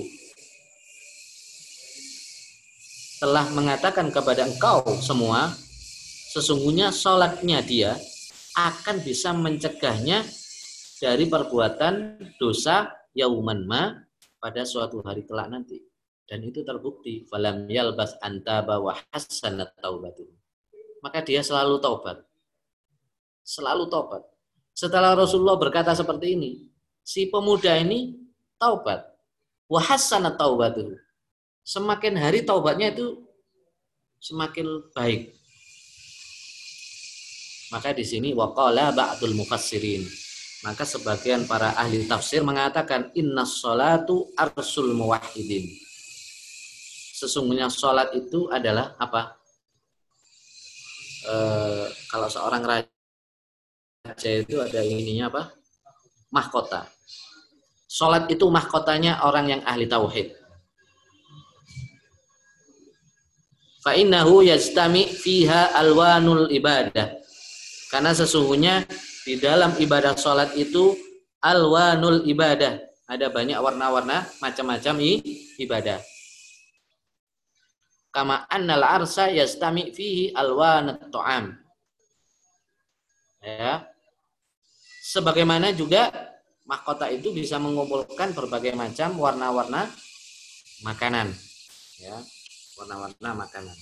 telah mengatakan kepada engkau semua, sesungguhnya sholatnya dia akan bisa mencegahnya dari perbuatan dosa yauman ma, pada suatu hari kelak nanti. Dan itu terbukti. Falam yalbas antaba wa hassanat taubatu. Maka dia selalu taubat. Selalu taubat. Setelah Rasulullah berkata seperti ini, si pemuda ini taubat. Wa hassanat taubatu. Semakin hari taubatnya itu semakin baik. Maka di sini waqala ba'dul mufassirin. Maka sebagian para ahli tafsir mengatakan innas sholatu arsul muwahhidin. Sesungguhnya sholat itu adalah apa? E, kalau seorang raja itu ada ininya apa? Mahkota. Sholat itu mahkotanya orang yang ahli tauhid. Fa innahu yastami fiha alwanul ibadah. Karena sesungguhnya di dalam ibadah sholat itu alwanul ibadah. Ada banyak warna-warna macam-macam ibadah. Kama annal arsa yastami fihi alwanat ta'am. Ya. Sebagaimana juga mahkota itu bisa mengumpulkan berbagai macam warna-warna makanan. Ya. Warna-warna makanan.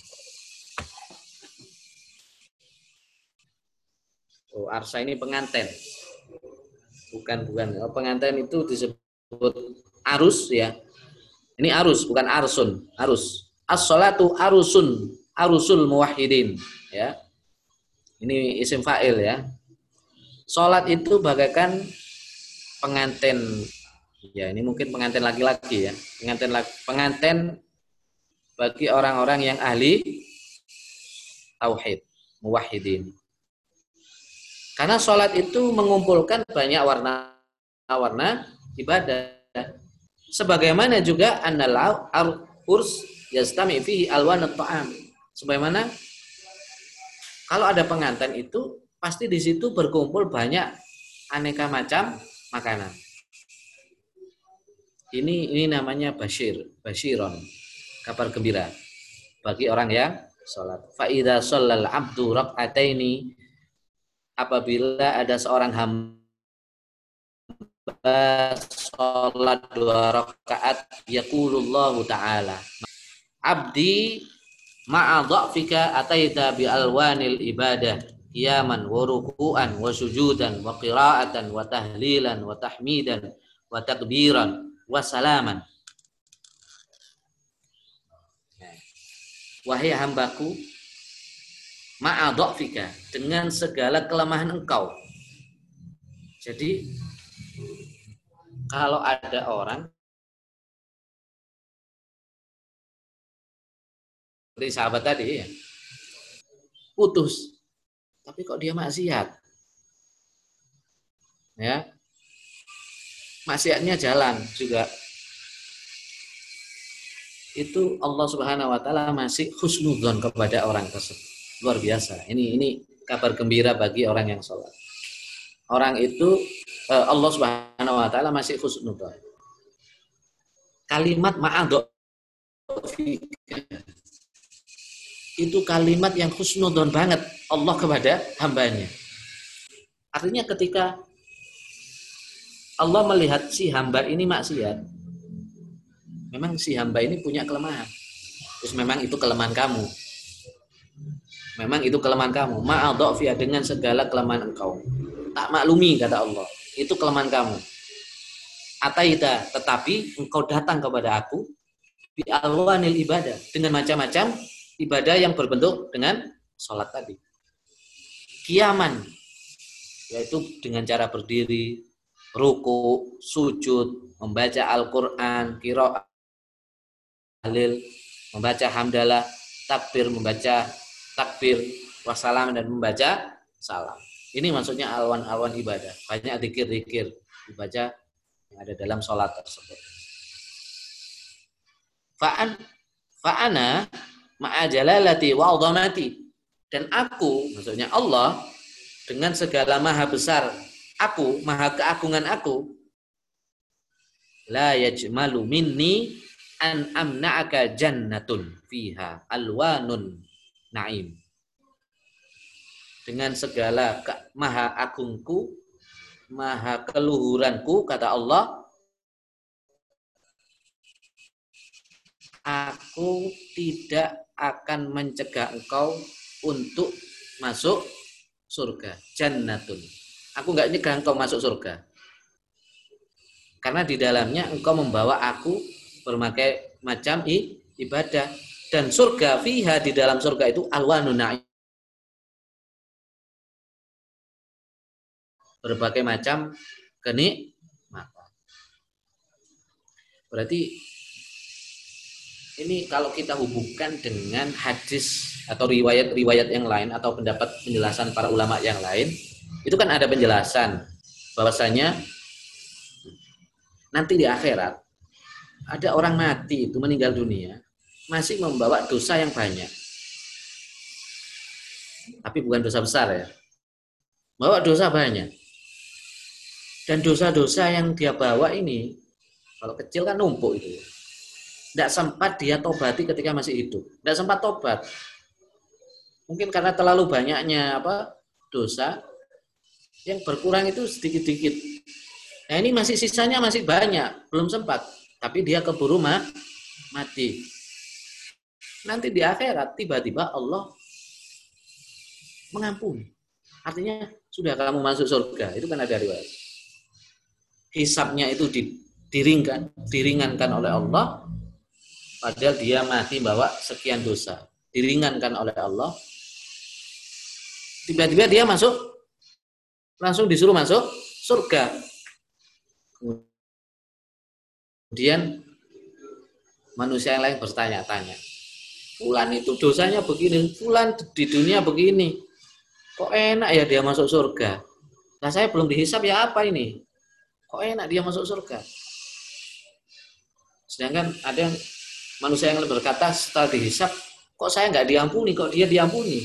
Oh, arsa ini pengantin. Bukan, bukan. Oh, pengantin itu disebut arus ya. Ini arus, bukan arsun. Arus. As-sholatu arusun. Arusul muwahhidin. Ya. Ini isim fa'il ya. Sholat itu bagaikan pengantin. Ya, ini mungkin pengantin laki-laki ya. Pengantin laki, pengantin bagi orang-orang yang ahli tauhid, muwahhidin. Karena sholat itu mengumpulkan banyak warna-warna ibadah. Sebagaimana juga annal urs yastami fihi alwanat ta'am. Sebagaimana kalau ada pengantin itu pasti di situ berkumpul banyak aneka macam makanan. Ini ini namanya basyir, basyiron, kabar gembira bagi orang yang sholat. Fa idza shallal abdu rak'ataini, apabila ada seorang hamba sholat dua rakaat, yaqulullahu ta'ala abdi ma'a dha'fika ataita bi alwanil ibadah qiyaman wa ruku'an wa sujudan wa qira'atan wa tahlilan wa tahmidan wa takbiran wa salaman. Wahai hambaku, ma'a dha'fika, dengan segala kelemahan engkau. Jadi kalau ada orang seperti sahabat tadi ya, putus, tapi kok dia maksiat, ya, maksiatnya jalan juga, itu Allah Subhanahu Wa Taala masih husnudzon kepada orang tersebut. Luar biasa. Ini ini kabar gembira bagi orang yang sholat. Orang itu Allah Subhanahu Wa Taala masih husnudzon. Kalimat ma'adok itu kalimat yang husnudzon banget Allah kepada hambanya. Artinya ketika Allah melihat si hamba ini maksiat, memang si hamba ini punya kelemahan. Terus memang itu kelemahan kamu. Memang itu kelemahan kamu. Ma'adhafiyah, dengan segala kelemahan engkau. Tak maklumi, kata Allah. Itu kelemahan kamu. Ataita, tetapi engkau datang kepada aku bi alwanil ibadah, dengan macam-macam ibadah yang berbentuk dengan sholat tadi. Qiyaman, yaitu dengan cara berdiri, ruku, sujud, membaca Al-Quran, qiraah, tahlil, membaca hamdalah, takbir, membaca takbir, wassalam, dan membaca salam. Ini maksudnya alwan-alwan ibadah. Banyak zikir-zikir dibaca yang ada dalam sholat tersebut. Fa'an, fa'ana ma'ajalalati wa'udhamati. Dan aku, maksudnya Allah, dengan segala maha besar aku, maha keagungan aku, la yajmalu minni an amna'aka jannatun fiha alwanun na'im. Dengan segala ke, maha agungku, maha keluhuranku, kata Allah, aku tidak akan mencegah engkau untuk masuk surga. Jannatun. Aku enggak nyegah engkau masuk surga. Karena di dalamnya engkau membawa aku berbagai macam ibadah. Dan surga, fiha, di dalam surga itu alwanun na'im. berbagai macam kenikmatan. Berarti ini kalau kita hubungkan dengan hadis atau riwayat-riwayat yang lain atau pendapat penjelasan para ulama yang lain, itu kan ada penjelasan bahwasanya nanti di akhirat ada orang mati itu meninggal dunia masih membawa dosa yang banyak. Tapi bukan dosa besar ya. Bawa dosa banyak. Dan dosa-dosa yang dia bawa ini, kalau kecil kan numpuk itu. Tidak sempat dia tobati ketika masih hidup. Tidak sempat tobat. Mungkin karena terlalu banyaknya apa dosa, yang berkurang itu sedikit-sedikit. Nah ini masih sisanya masih banyak, belum sempat. Tapi dia keburu mati. Nanti di akhirat tiba-tiba Allah mengampuni. Artinya sudah kamu masuk surga. Itu kan ada riwayat. Hisabnya itu diringkan, diringankan oleh Allah. Padahal dia mati bawa sekian dosa. Diringankan oleh Allah. Tiba-tiba dia masuk, langsung disuruh masuk surga. Kemudian manusia yang lain bertanya-tanya. Fulan itu dosanya begini, fulan di dunia begini. Kok enak ya dia masuk surga? Nah saya belum dihisab ya apa ini? Kok enak dia masuk surga? Sedangkan ada yang manusia yang berkata setelah dihisab, kok saya nggak diampuni, kok dia diampuni?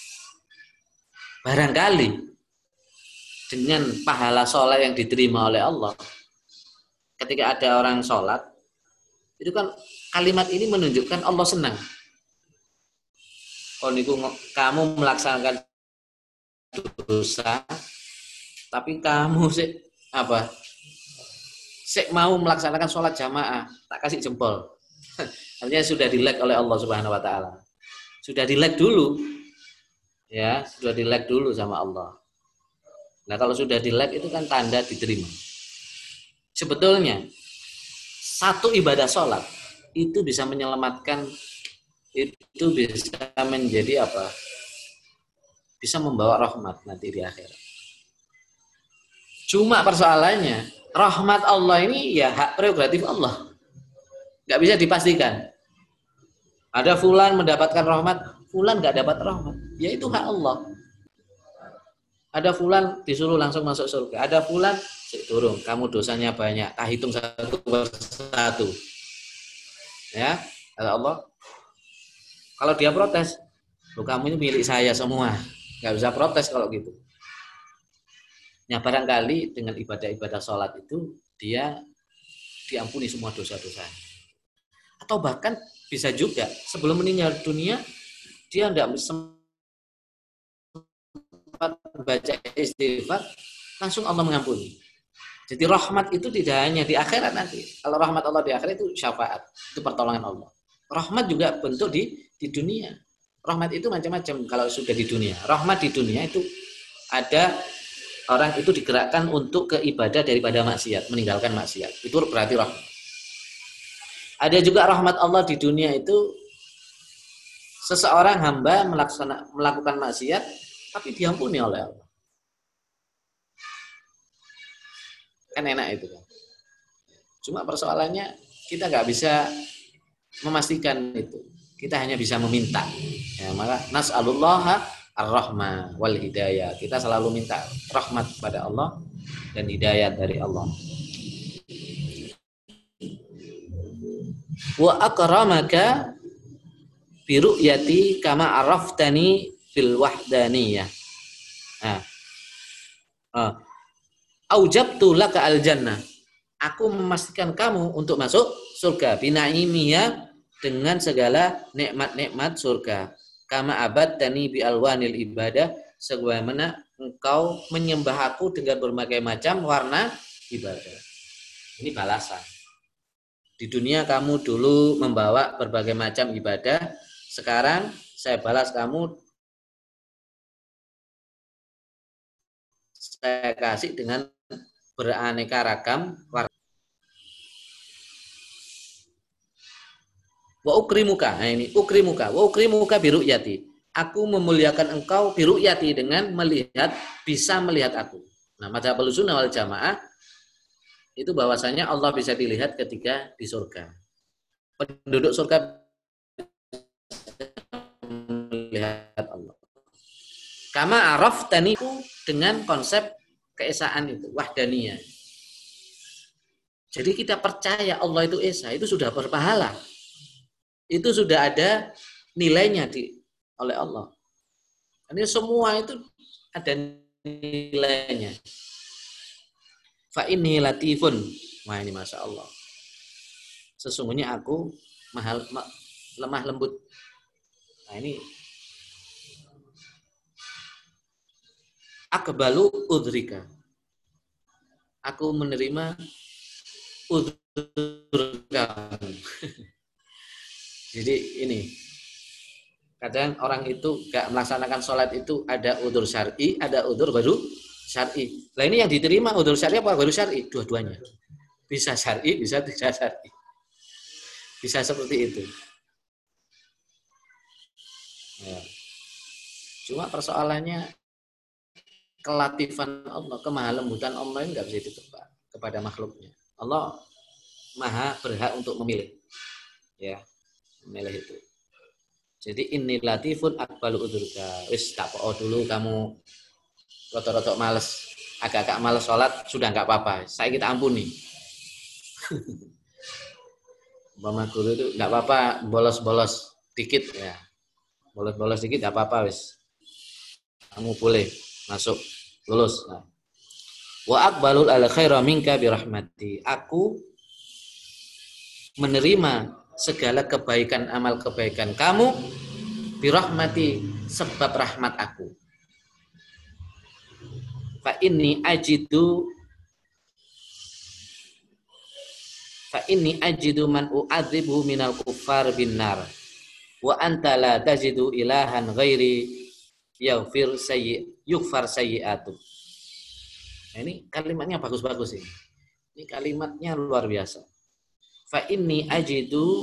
Barangkali dengan pahala sholat yang diterima oleh Allah, ketika ada orang sholat, itu kan kalimat ini menunjukkan Allah senang. Kalau niku kamu melaksanakan dosa, tapi kamu sih apa? Sik mau melaksanakan sholat jamaah, tak kasih jempol. Artinya sudah di-like oleh Allah Subhanahu Wa Taala. Sudah di-like dulu, ya, sudah di-like dulu sama Allah. Nah kalau sudah di-like itu kan tanda diterima. Sebetulnya satu ibadah sholat itu bisa menyelamatkan, itu bisa menjadi apa? Bisa membawa rahmat nanti di akhirat. Cuma persoalannya, rahmat Allah ini ya hak prerogatif Allah. Gak bisa dipastikan. Ada fulan mendapatkan rahmat, fulan gak dapat rahmat. Ya itu hak Allah. Ada fulan disuruh langsung masuk surga. Ada fulan, turun, kamu dosanya banyak, tak hitung satu persatu. Ya, kata Allah. Kalau dia protes, loh kamu ini milik saya semua. Gak bisa protes kalau gitu. Ya barangkali dengan ibadah-ibadah sholat itu dia diampuni semua dosa-dosa. Atau bahkan bisa juga sebelum meninggal dunia dia tidak sempat baca istighfar, langsung Allah mengampuni. Jadi rahmat itu tidak hanya di akhirat nanti. Kalau rahmat Allah di akhirat itu syafaat, itu pertolongan Allah. Rahmat juga bentuk di di dunia. Rahmat itu macam-macam kalau sudah di dunia. Rahmat di dunia itu ada orang itu digerakkan untuk ke ibadah daripada maksiat, meninggalkan maksiat. Itu berarti rahmat. Ada juga rahmat Allah di dunia itu seseorang hamba melaksana, melakukan maksiat tapi diampuni oleh Allah. Kan enak itu kan. Cuma persoalannya kita nggak bisa memastikan itu. Kita hanya bisa meminta. Ya, maka nas'alullah ar-rahmah wal hidayah. Kita selalu minta rahmat pada Allah dan hidayah dari Allah. Wa akramaka bi ru'yati kama araftani fil wahdaniyah. Nah. Uh, Aujabtu laka al-jannah. Aku memastikan kamu untuk masuk surga binaimiyah dengan segala nikmat-nikmat surga. Kama abadtani bi alwanil ibadah, sebagaimana engkau menyembah aku dengan berbagai macam warna ibadah. Ini balasan. Di dunia kamu dulu membawa berbagai macam ibadah, sekarang saya balas kamu, saya kasih dengan beraneka ragam warna. Wa ukrimuka, nah ini ukrimuka, wa ukrimuka bi ru'yati. Aku memuliakan engkau bi ru'yati dengan melihat, bisa melihat aku. Nah, madzhab Ahlussunnah wal Jamaah itu bahwasanya Allah bisa dilihat ketika di surga. Penduduk surga melihat Allah. Kama araftani dengan konsep keesaan itu, wahdaniyah. Jadi kita percaya Allah itu esa, itu sudah berpahala. Itu sudah ada nilainya di oleh Allah. Ini semua itu ada nilainya. Fa inni latifun. Wah, ini Masya Allah. Sesungguhnya aku mahal, ma, lemah lembut. Nah, ini akbalu udrika. Aku menerima udrika. Jadi ini kadang orang itu gak melaksanakan sholat itu ada udzur syar'i, ada udzur baru syar'i. Lah ini yang diterima udzur syar'i apa baru syar'i? Dua-duanya. Bisa syar'i, bisa tidak syar'i. Bisa seperti itu. Ya. Cuma persoalannya kelatifan Allah, kemahalembutan Allah ini nggak bisa ditebak kepada makhluknya. Allah maha berhak untuk memilih. Ya, memilih itu. Jadi inni latifun akbalu udurka. Wis tak po dulu kamu rotok-rotok males, agak-agak males sholat sudah nggak apa-apa. Saya kita ampuni. Umpama guru itu nggak apa-apa, bolos-bolos dikit ya, bolos-bolos dikit nggak apa-apa wis. Kamu boleh masuk lulus. Nah. Wa aqbalul al khaira minka birahmati. Aku menerima segala kebaikan amal kebaikan kamu birahmati sebab rahmat aku. Fa inni ajidu fa inni ajidu man u'adzibu minal kuffar bin nar wa anta la tajidu ilahan ghairi yaghfir sayyi yughfar sayyi'atu. Nah, ini kalimatnya bagus-bagus ini. Ini kalimatnya luar biasa. Fa inni ajidu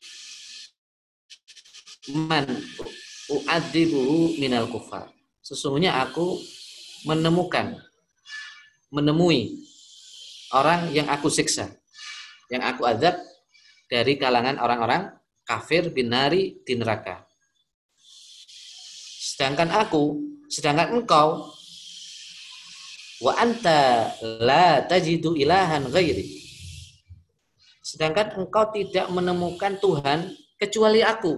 man u'adzibuhu minal kuffar. Sesungguhnya aku menemukan menemui orang yang aku siksa, yang aku azab dari kalangan orang-orang kafir binari di neraka. Sedangkan aku, sedangkan engkau wa anta la tajidu ilahan ghairi. Sedangkan engkau tidak menemukan Tuhan kecuali aku.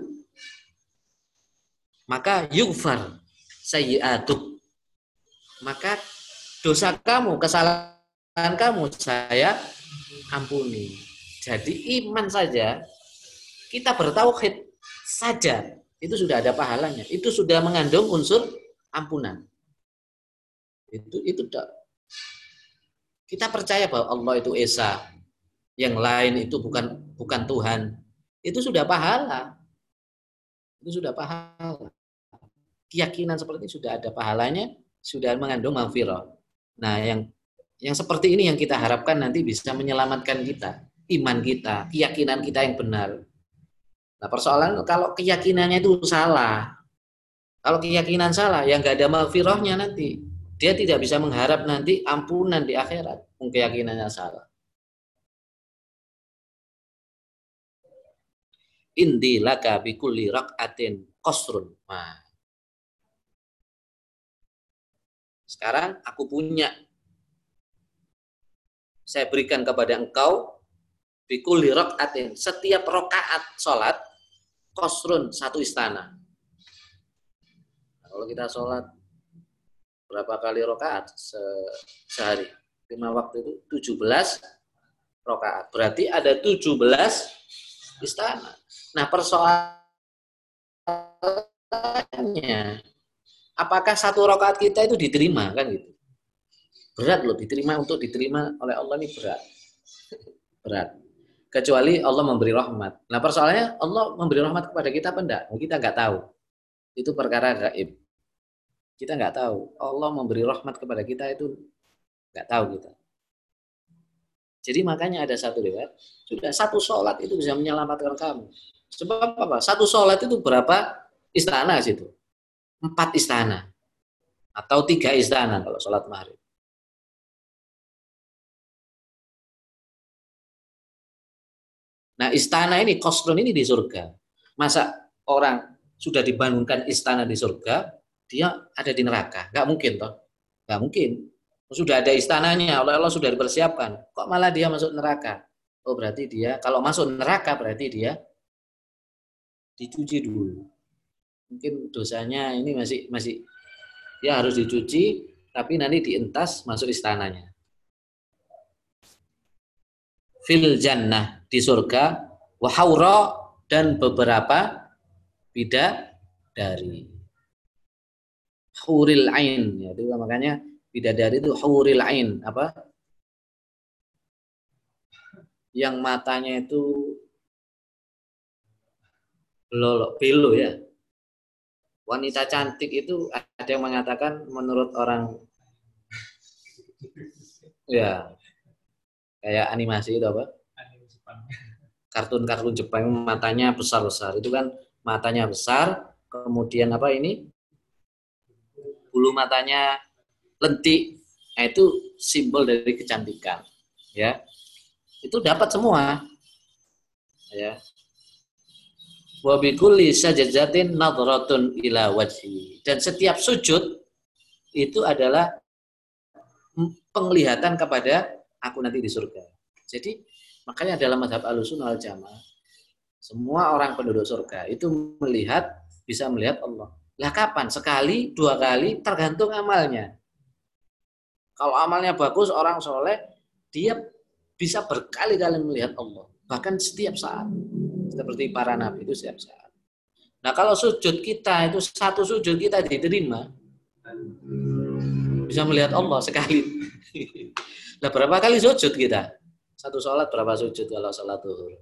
Maka yughfar sayyi'atuk. Maka dosa kamu, kesalahan kamu saya ampuni. Jadi iman saja, kita bertauhid saja, itu sudah ada pahalanya. Itu sudah mengandung unsur ampunan. Itu itu kita percaya bahwa Allah itu esa, yang lain itu bukan bukan Tuhan. Itu sudah pahala. Itu sudah pahala. Keyakinan seperti ini sudah ada pahalanya, sudah mengandung maghfirah. Nah, yang yang seperti ini yang kita harapkan nanti bisa menyelamatkan kita, iman kita, keyakinan kita yang benar. Nah, persoalan kalau keyakinannya itu salah, kalau keyakinan salah, yang nggak ada maghfirahnya nanti, dia tidak bisa mengharap nanti ampunan di akhirat, keyakinannya salah. Indi laka bikulli rak'atin qasrun. Nah, sekarang aku punya, saya berikan kepada engkau bikulli rak'atin, setiap rakaat sholat qasrun, satu istana. Nah, kalau kita sholat berapa kali rakaat Se sehari? Lima waktu itu tujuh belas rakaat. Berarti ada tujuh belas istana. Nah, persoalannya apakah satu rakaat kita itu diterima kan gitu? Berat loh, diterima untuk diterima oleh Allah ini berat. Berat. Kecuali Allah memberi rahmat. Nah, persoalannya Allah memberi rahmat kepada kita apa enggak? Kita enggak tahu. Itu perkara gaib. Kita enggak tahu. Allah memberi rahmat kepada kita itu enggak tahu kita. Jadi makanya ada satu riwayat, sudah satu sholat itu bisa menyelamatkan kamu. Sebab apa? Satu sholat itu berapa istana situ? Empat istana atau tiga istana kalau sholat maghrib. Nah, istana ini, kosrun ini di surga. Masa orang sudah dibangunkan istana di surga, dia ada di neraka? Nggak mungkin toh. Nggak mungkin. Sudah ada istananya, oleh Allah sudah dipersiapkan. Kok malah dia masuk neraka? Oh, berarti dia, kalau masuk neraka berarti dia dicuci dulu. Mungkin dosanya ini masih masih ya harus dicuci, tapi nanti dientas masuk istananya. Fil jannah, di surga, wa haura, dan beberapa bidadari. Huril ain, ya, itu makanya bidadari itu huril ain, apa? Yang matanya itu lolo, belo ya. Wanita cantik itu ada yang mengatakan menurut orang ya kayak animasi itu apa? Kartun-kartun Jepang matanya besar-besar. Itu kan matanya besar, kemudian apa ini? Bulu matanya lentik. Nah, itu simbol dari kecantikan. Ya. Itu dapat semua. Ya. Wa bi kulli sajdatin nadratun ila wajhi. Dan setiap sujud itu adalah penglihatan kepada aku nanti di surga. Jadi makanya dalam mazhab Ahlussunnah wal Jamaah semua orang penduduk surga itu melihat bisa melihat Allah. Lah kapan? Sekali, dua kali, tergantung amalnya. Kalau amalnya bagus, orang soleh, dia bisa berkali-kali melihat Allah. Bahkan setiap saat. Seperti para nabi itu setiap saat. Nah kalau sujud kita itu satu sujud kita diterima, bisa melihat Allah sekali. Nah berapa kali sujud kita? Satu sholat berapa sujud kalau sholat zuhur?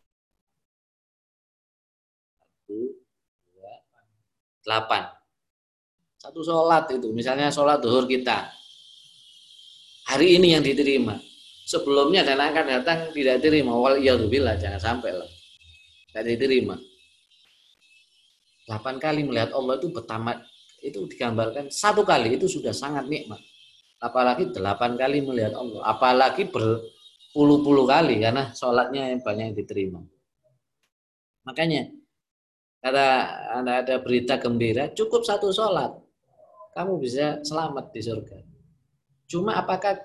Satu, dua, delapan. Satu sholat itu, misalnya sholat zuhur kita. Hari ini yang diterima. Sebelumnya dan akan datang tidak diterima. Waliyadzubillah, jangan sampai lah. Tidak diterima. Delapan kali melihat Allah itu pertama itu digambarkan satu kali itu sudah sangat nikmat. Apalagi delapan kali melihat Allah. Apalagi berpuluh-puluh kali karena sholatnya yang banyak yang diterima. Makanya kata ada berita gembira, cukup satu sholat, kamu bisa selamat di surga. Cuma apakah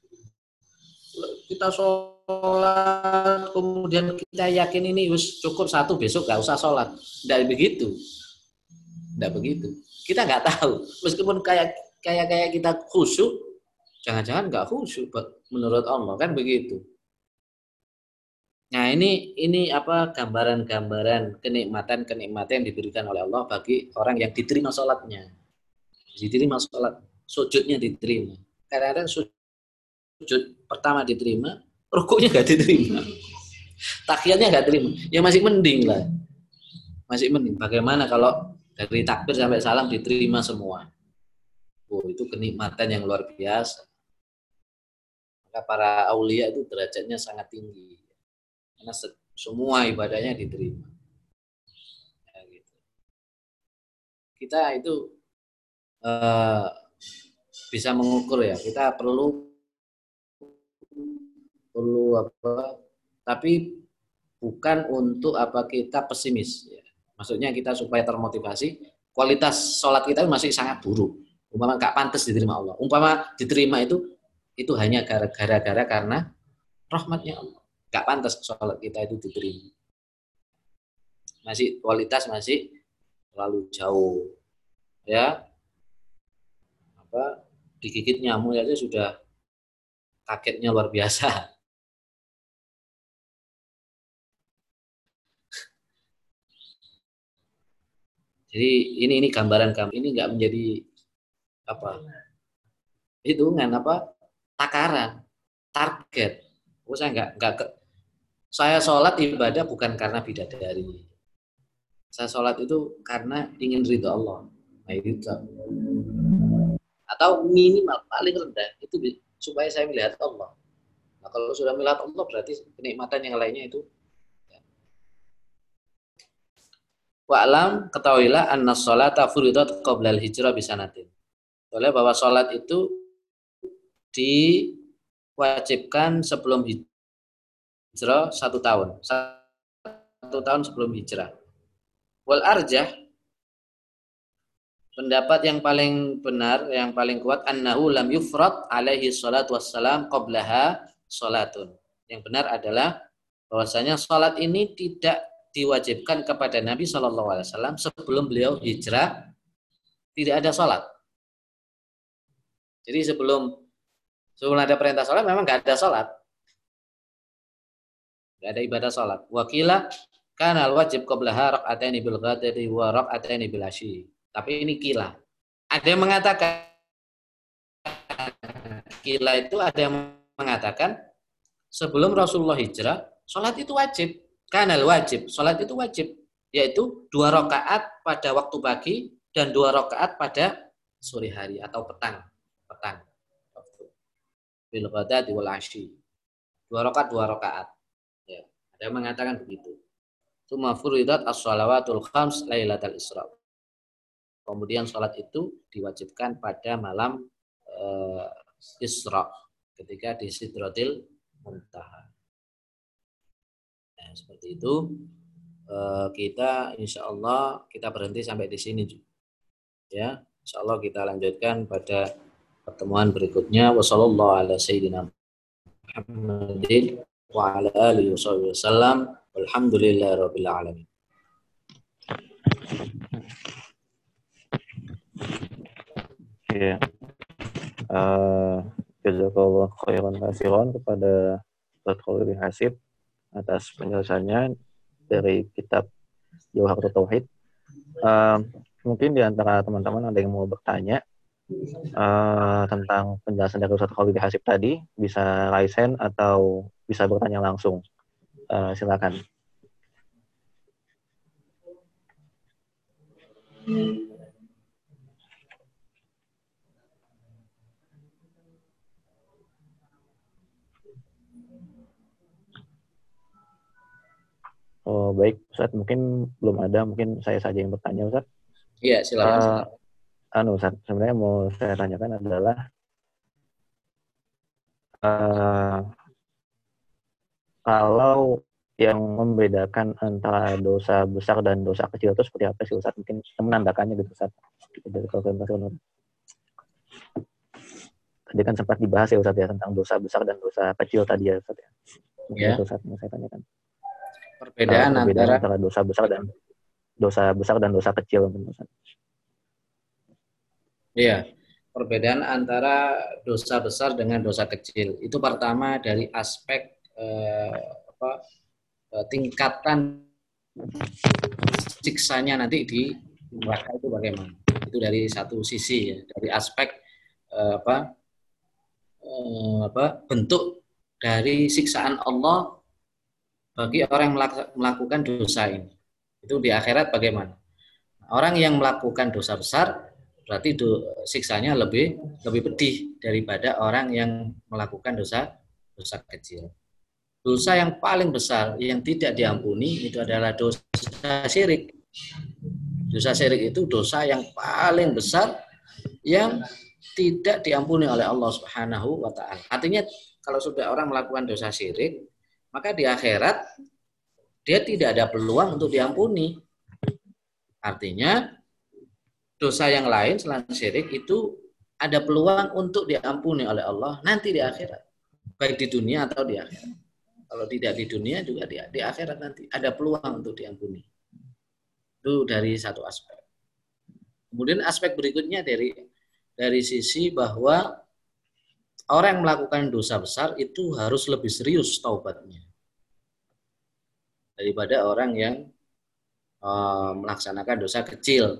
kita sholat kemudian kita yakin ini cukup satu besok gak usah sholat? Tidak begitu, tidak begitu. Kita nggak tahu. Meskipun kayak kayak kayak kita khusyuk, jangan-jangan nggak khusyuk menurut Allah kan begitu. Nah ini ini apa gambaran-gambaran kenikmatan-kenikmatan yang diberikan oleh Allah bagi orang yang diterima sholatnya, diterima sholat, sujudnya diterima. Kadang-kadang sujud pertama diterima, rukuknya nggak diterima, tahiyatnya nggak diterima, ya masih mending lah, masih mending. Bagaimana kalau dari takbir sampai salam diterima semua? Oh itu kenikmatan yang luar biasa. Maka para aulia itu derajatnya sangat tinggi. Karena semua ibadahnya diterima. Ya, gitu. Kita itu eh, bisa mengukur ya. Kita perlu perlu apa? Tapi bukan untuk apa kita pesimis. Ya. Maksudnya kita supaya termotivasi. Kualitas sholat kita masih sangat buruk. Umpama nggak pantas diterima Allah. Umpama diterima itu itu hanya gara-gara karena rahmatnya Allah. Gak pantas sholat kita itu diterima. Masih kualitas masih terlalu jauh. Ya. Apa digigit nyamuk aja sudah kagetnya luar biasa. Jadi ini ini gambaran kami ini nggak menjadi apa hitungan apa takaran target. Oh, saya nggak nggak ke, saya sholat ibadah bukan karena bidadari. Saya sholat itu karena ingin ridho Allah. Nah, itu atau minimal paling rendah itu supaya saya melihat Allah. Nah, kalau sudah melihat Allah berarti kenikmatan yang lainnya itu. Wa'lam ketahuilah anna sholata furidat qabla al-hijrah bisanatin. Oleh bahwa sholat itu diwajibkan sebelum hijrah satu tahun. satu tahun sebelum hijrah. Wal arjah, pendapat yang paling benar, yang paling kuat, annahu lam yufrad alaihi salatu wassalam qablaha salatun. Yang benar adalah bahwasanya salat ini tidak diwajibkan kepada Nabi shallallahu alaihi wasallam sebelum beliau hijrah, tidak ada salat. Jadi sebelum sebelum ada perintah salat memang nggak ada salat, nggak ada ibadah salat. Wakila kana al-wajib qablaha rak'ataini bil ghadati wa rak'ataini bil asyi. Tapi ini kila. Ada yang mengatakan, kila itu ada yang mengatakan sebelum Rasulullah hijrah, sholat itu wajib. Kanal wajib, sholat itu wajib. Yaitu dua rakaat pada waktu pagi dan dua rakaat pada sore hari atau petang. Petang. Bil ghadati wal asyi. Dua rakaat, dua rakaat. Ya, ada yang mengatakan begitu. Tsumma furidat as-shalawatul khams lailatal isra. Kemudian sholat itu diwajibkan pada malam uh, Isra ketika di Sidratil Muntaha. Nah, seperti itu uh, kita insya Allah kita berhenti sampai di sini juga. Ya, insya Allah kita lanjutkan pada pertemuan berikutnya. Wassallallahu ala sayyidina Muhammadin wa ala alihi wasallam. Walhamdulillahirabbil alamin. Ya, uh, jazakallah khairan katsiran kepada Ustaz Khalil Hasib atas penjelasannya dari kitab Jawharatul Tauhid. Uh, mungkin di antara teman-teman ada yang mau bertanya uh, tentang penjelasan dari Ustaz Khalil Hasib tadi, bisa raise hand atau bisa bertanya langsung. Uh, silakan. Oh baik, Ustaz, mungkin belum ada, mungkin saya saja yang bertanya, Ustaz. Iya, silakan. Uh, anu, Ustaz, sebenarnya mau saya tanyakan adalah uh, kalau yang membedakan antara dosa besar dan dosa kecil itu seperti apa sih, Ustaz? Mungkin menandakannya gitu, Ustaz. Dari kalkulasi. Tadi kan sempat dibahas ya, Ustaz, ya, tentang dosa besar dan dosa kecil tadi ya, Ustaz. Mungkin ya. Itu, Ustaz, yang saya tanyakan. Perbedaan, uh, perbedaan antara, antara dosa besar dan dosa besar dan dosa kecil, Ustaz. Iya, perbedaan antara dosa besar dengan dosa kecil itu pertama dari aspek eh, apa, eh, tingkatan siksanya nanti di neraka itu bagaimana? Itu dari satu sisi ya, dari aspek eh, apa, eh, apa bentuk dari siksaan Allah bagi orang yang melakukan dosa ini. Itu di akhirat bagaimana? Orang yang melakukan dosa besar berarti do, siksanya lebih lebih pedih daripada orang yang melakukan dosa dosa kecil. Dosa yang paling besar yang tidak diampuni itu adalah dosa syirik. Dosa syirik itu dosa yang paling besar yang tidak diampuni oleh Allah Subhanahu wa taala. Artinya kalau sudah orang melakukan dosa syirik, maka di akhirat dia tidak ada peluang untuk diampuni. Artinya dosa yang lain selain syirik itu ada peluang untuk diampuni oleh Allah nanti di akhirat, baik di dunia atau di akhirat. Kalau tidak di dunia juga di, di akhirat nanti ada peluang untuk diampuni. Itu dari satu aspek. Kemudian aspek berikutnya dari dari sisi bahwa orang yang melakukan dosa besar itu harus lebih serius taubatnya daripada orang yang uh, melaksanakan dosa kecil.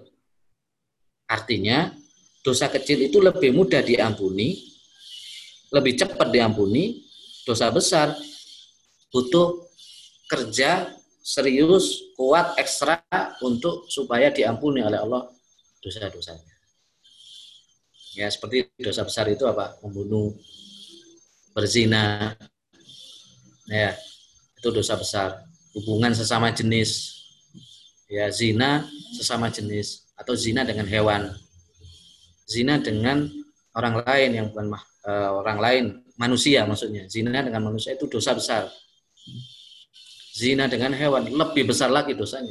Artinya dosa kecil itu lebih mudah diampuni, lebih cepat diampuni. Dosa besar butuh kerja serius, kuat, ekstra untuk supaya diampuni oleh Allah dosa-dosanya. Ya, seperti dosa besar itu apa? Membunuh, berzina, ya, itu dosa besar. Hubungan sesama jenis, ya, zina sesama jenis, atau zina dengan hewan, zina dengan orang lain yang bukan uh, orang lain, manusia maksudnya. Zina dengan manusia itu dosa besar. zina dengan hewan, lebih besar lagi dosanya.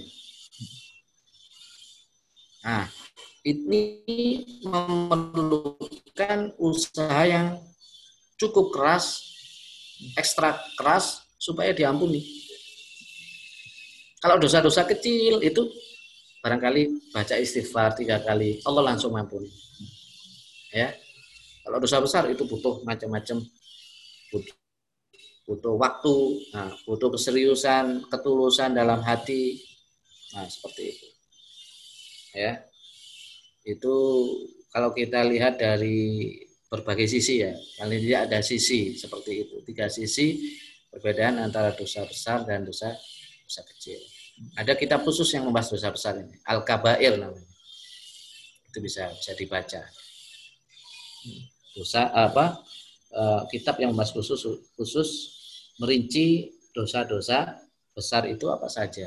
Nah, ini memerlukan usaha yang cukup keras, ekstra keras supaya diampuni. Kalau dosa-dosa kecil itu barangkali baca istighfar tiga kali, Allah langsung mampuni. Ya, kalau dosa besar itu butuh macam-macam, butuh, butuh waktu, nah, butuh keseriusan, ketulusan dalam hati, nah seperti itu. Ya, itu kalau kita lihat dari berbagai sisi ya, paling tidak ada sisi seperti itu, tiga sisi perbedaan antara dosa besar dan dosa dosa kecil. Ada kitab khusus yang membahas dosa besar ini, Al-Kabair namanya, itu bisa bisa dibaca. Dosa apa? E, kitab yang membahas khusus khusus merinci dosa-dosa besar itu apa saja.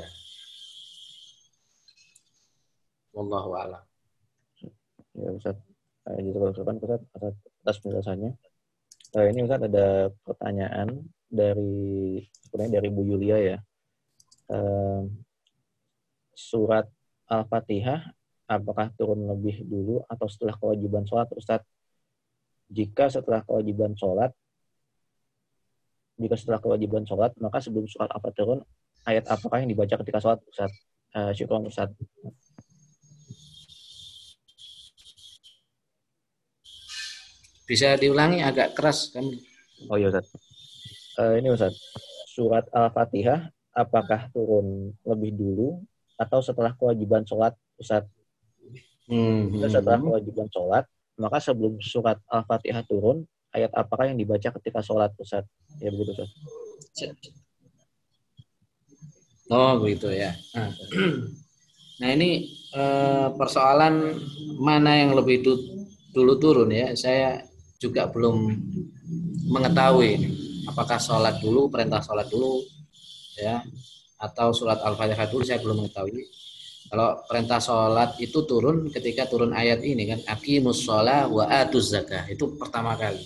Wallahu a'lam. Ya Ustaz, saya juga ucapkan Ustaz atas, atas penjelasannya. Uh, ini Ustaz ada pertanyaan dari sebenarnya dari Bu Yulia ya. Uh, surat Al-Fatihah apakah turun lebih dulu atau setelah kewajiban sholat Ustaz? Jika setelah kewajiban sholat, jika setelah kewajiban sholat, maka sebelum surat apa turun, ayat apakah yang dibaca ketika sholat Ustaz? Uh, syukron Ustaz. Bisa diulangi agak keras kan? Oh iya Ustaz. Uh, ini Ustaz, surat Al-Fatihah apakah turun lebih dulu atau setelah kewajiban sholat Ustaz? Hmm. Setelah kewajiban sholat, maka sebelum surat Al-Fatihah turun, ayat apakah yang dibaca ketika sholat Ustaz? Ya begitu Ustaz. Oh begitu ya. Nah, nah ini eh, persoalan mana yang lebih dulu turun ya, saya juga belum mengetahui ini. Apakah sholat dulu, perintah sholat dulu ya, atau surat Al-Fatihah dulu, saya belum mengetahui. Kalau perintah sholat itu turun ketika turun ayat ini kan, aqimus sholah wa atuz zakah, itu pertama kali.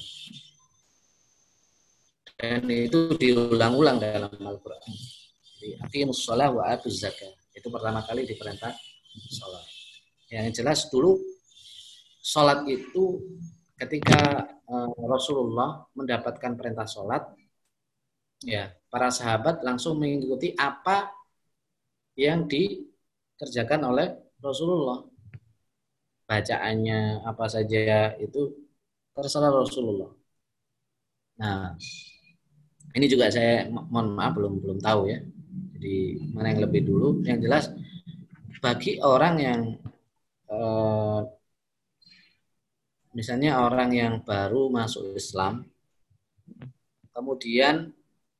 Dan itu diulang-ulang dalam Al-Quran. Aqimus sholah wa atuz zakah, itu pertama kali diperintah sholat. Yang jelas dulu sholat itu ketika uh, Rasulullah mendapatkan perintah sholat, ya para sahabat langsung mengikuti apa yang dikerjakan oleh Rasulullah. Bacaannya apa saja itu terserah Rasulullah. Nah, ini juga saya mohon maaf belum belum tahu ya. Jadi mana yang lebih dulu? Yang jelas bagi orang yang eh, misalnya orang yang baru masuk Islam, kemudian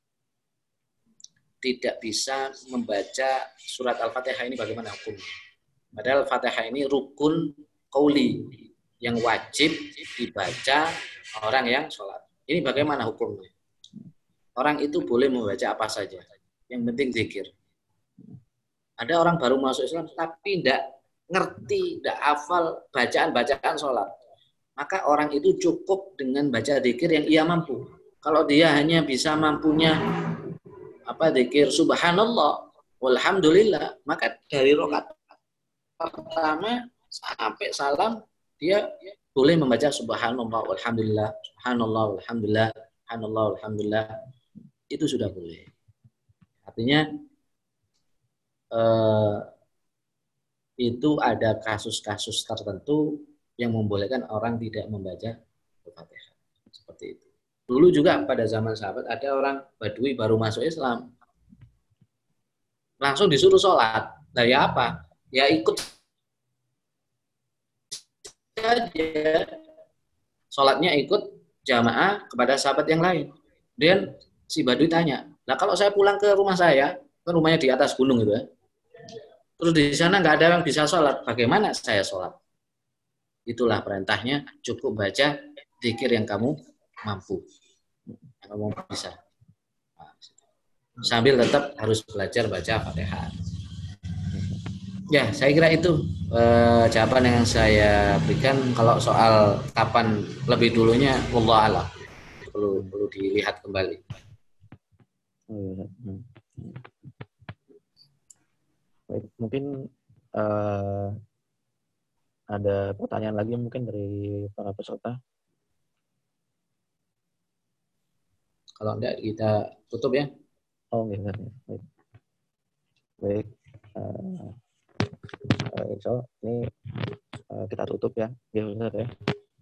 tidak bisa membaca surat Al-Fatihah, ini bagaimana hukumnya? Padahal Al-Fatihah ini rukun qauli yang wajib dibaca orang yang sholat. Ini bagaimana hukumnya? Orang itu boleh membaca apa saja, yang penting zikir. Ada orang baru masuk Islam tapi tidak ngerti, tidak hafal bacaan-bacaan sholat. Maka orang itu cukup dengan baca zikir yang ia mampu. Kalau dia hanya bisa mampunya apa zikir subhanallah walhamdulillah, maka dari rakaat pertama sampai salam dia boleh membaca subhanallah walhamdulillah, subhanallah walhamdulillah, subhanallah walhamdulillah, itu sudah boleh. Artinya eh, itu ada kasus-kasus tertentu yang membolehkan orang tidak membaca Al-Fatihah. Seperti itu. Dulu juga pada zaman sahabat ada orang Badui baru masuk Islam. Langsung disuruh sholat. Nah ya apa? Ya ikut saja. Sholatnya ikut jamaah kepada sahabat yang lain. Dan si Badui tanya, nah kalau saya pulang ke rumah saya, kan rumahnya di atas gunung itu ya. Terus di sana nggak ada yang bisa sholat, bagaimana saya sholat? Itulah perintahnya, cukup baca zikir yang kamu mampu, yang kamu bisa. Sambil tetap harus belajar baca Fatihah. Ya, saya kira itu eh, jawaban yang saya berikan. Kalau soal kapan lebih dulunya, wallah a'lam, perlu perlu dilihat kembali. Baik, mungkin uh, ada pertanyaan lagi mungkin dari para peserta. Kalau enggak kita tutup ya. Oh, enggak. Baik. Baik. Uh, uh, so, ini uh, kita tutup ya. Ya, Ustaz ya.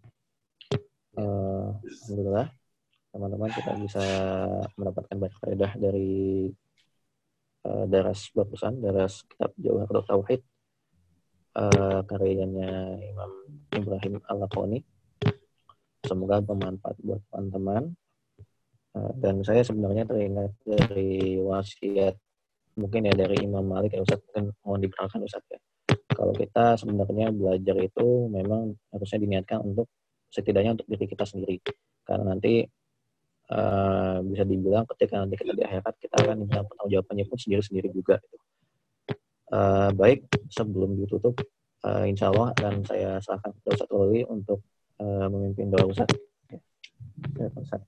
Uh, Alhamdulillah, teman-teman kita bisa mendapatkan banyak faedah dari uh, daras barusan, daras kitab Jawahirul Tauhid, uh, karyanya Imam Ibrahim Al-Laqani. Semoga bermanfaat buat teman-teman. Uh, dan saya sebenarnya teringat dari wasiat mungkin ya dari Imam Malik ya Ustaz, mungkin mohon diperkenalkan Ustaz ya. Kalau kita sebenarnya belajar itu memang harusnya diniatkan untuk setidaknya untuk diri kita sendiri. Karena nanti uh, bisa dibilang ketika nanti kita di akhirat kita akan diminta pertanggungjawabannya pun sendiri-sendiri juga. Uh, baik, sebelum ditutup, uh, insya Allah akan saya serahkan kepada Ustaz Ulwi untuk uh, memimpin doa Ustaz. Ya, Ustaz.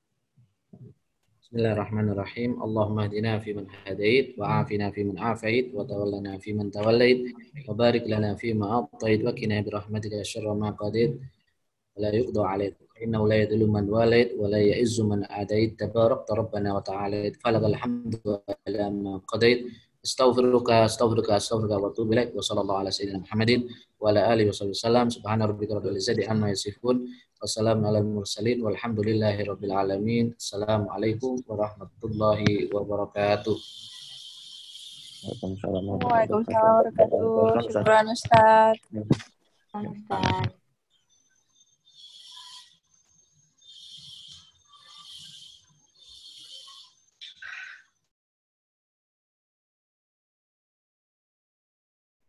Bismillahirrahmanirrahim. Allahumma hdina fi man hadait, wa afina fi man afait, wa tawallana fi man tawallait, wa barik lana fi ma a'tait, wa qina bi rahmatika syarra ma qadait, wa la yuqda alaik. Innahu la yadhillu man walait, wa la ya'izzu man adait. Tabarakta rabbana wa ta'ala. Falakal hamdu ala ma qadait. Astaghfiruka, astaghfiruka, astaghfiruka wa atubu ilaik. Wa sallallahu ala sayyidina Muhammadin wa ala alihi wa sallam. Subhana rabbika rabbil izzati amma yasifun. Wassalamu ala mursalin walhamdulillahi rabbil alamin. Assalamualaikum warahmatullahi wabarakatuh. Waalaikumsalam warahmatullahi wabarakatuh. Syukran Ustaz. Ya. Ustaz.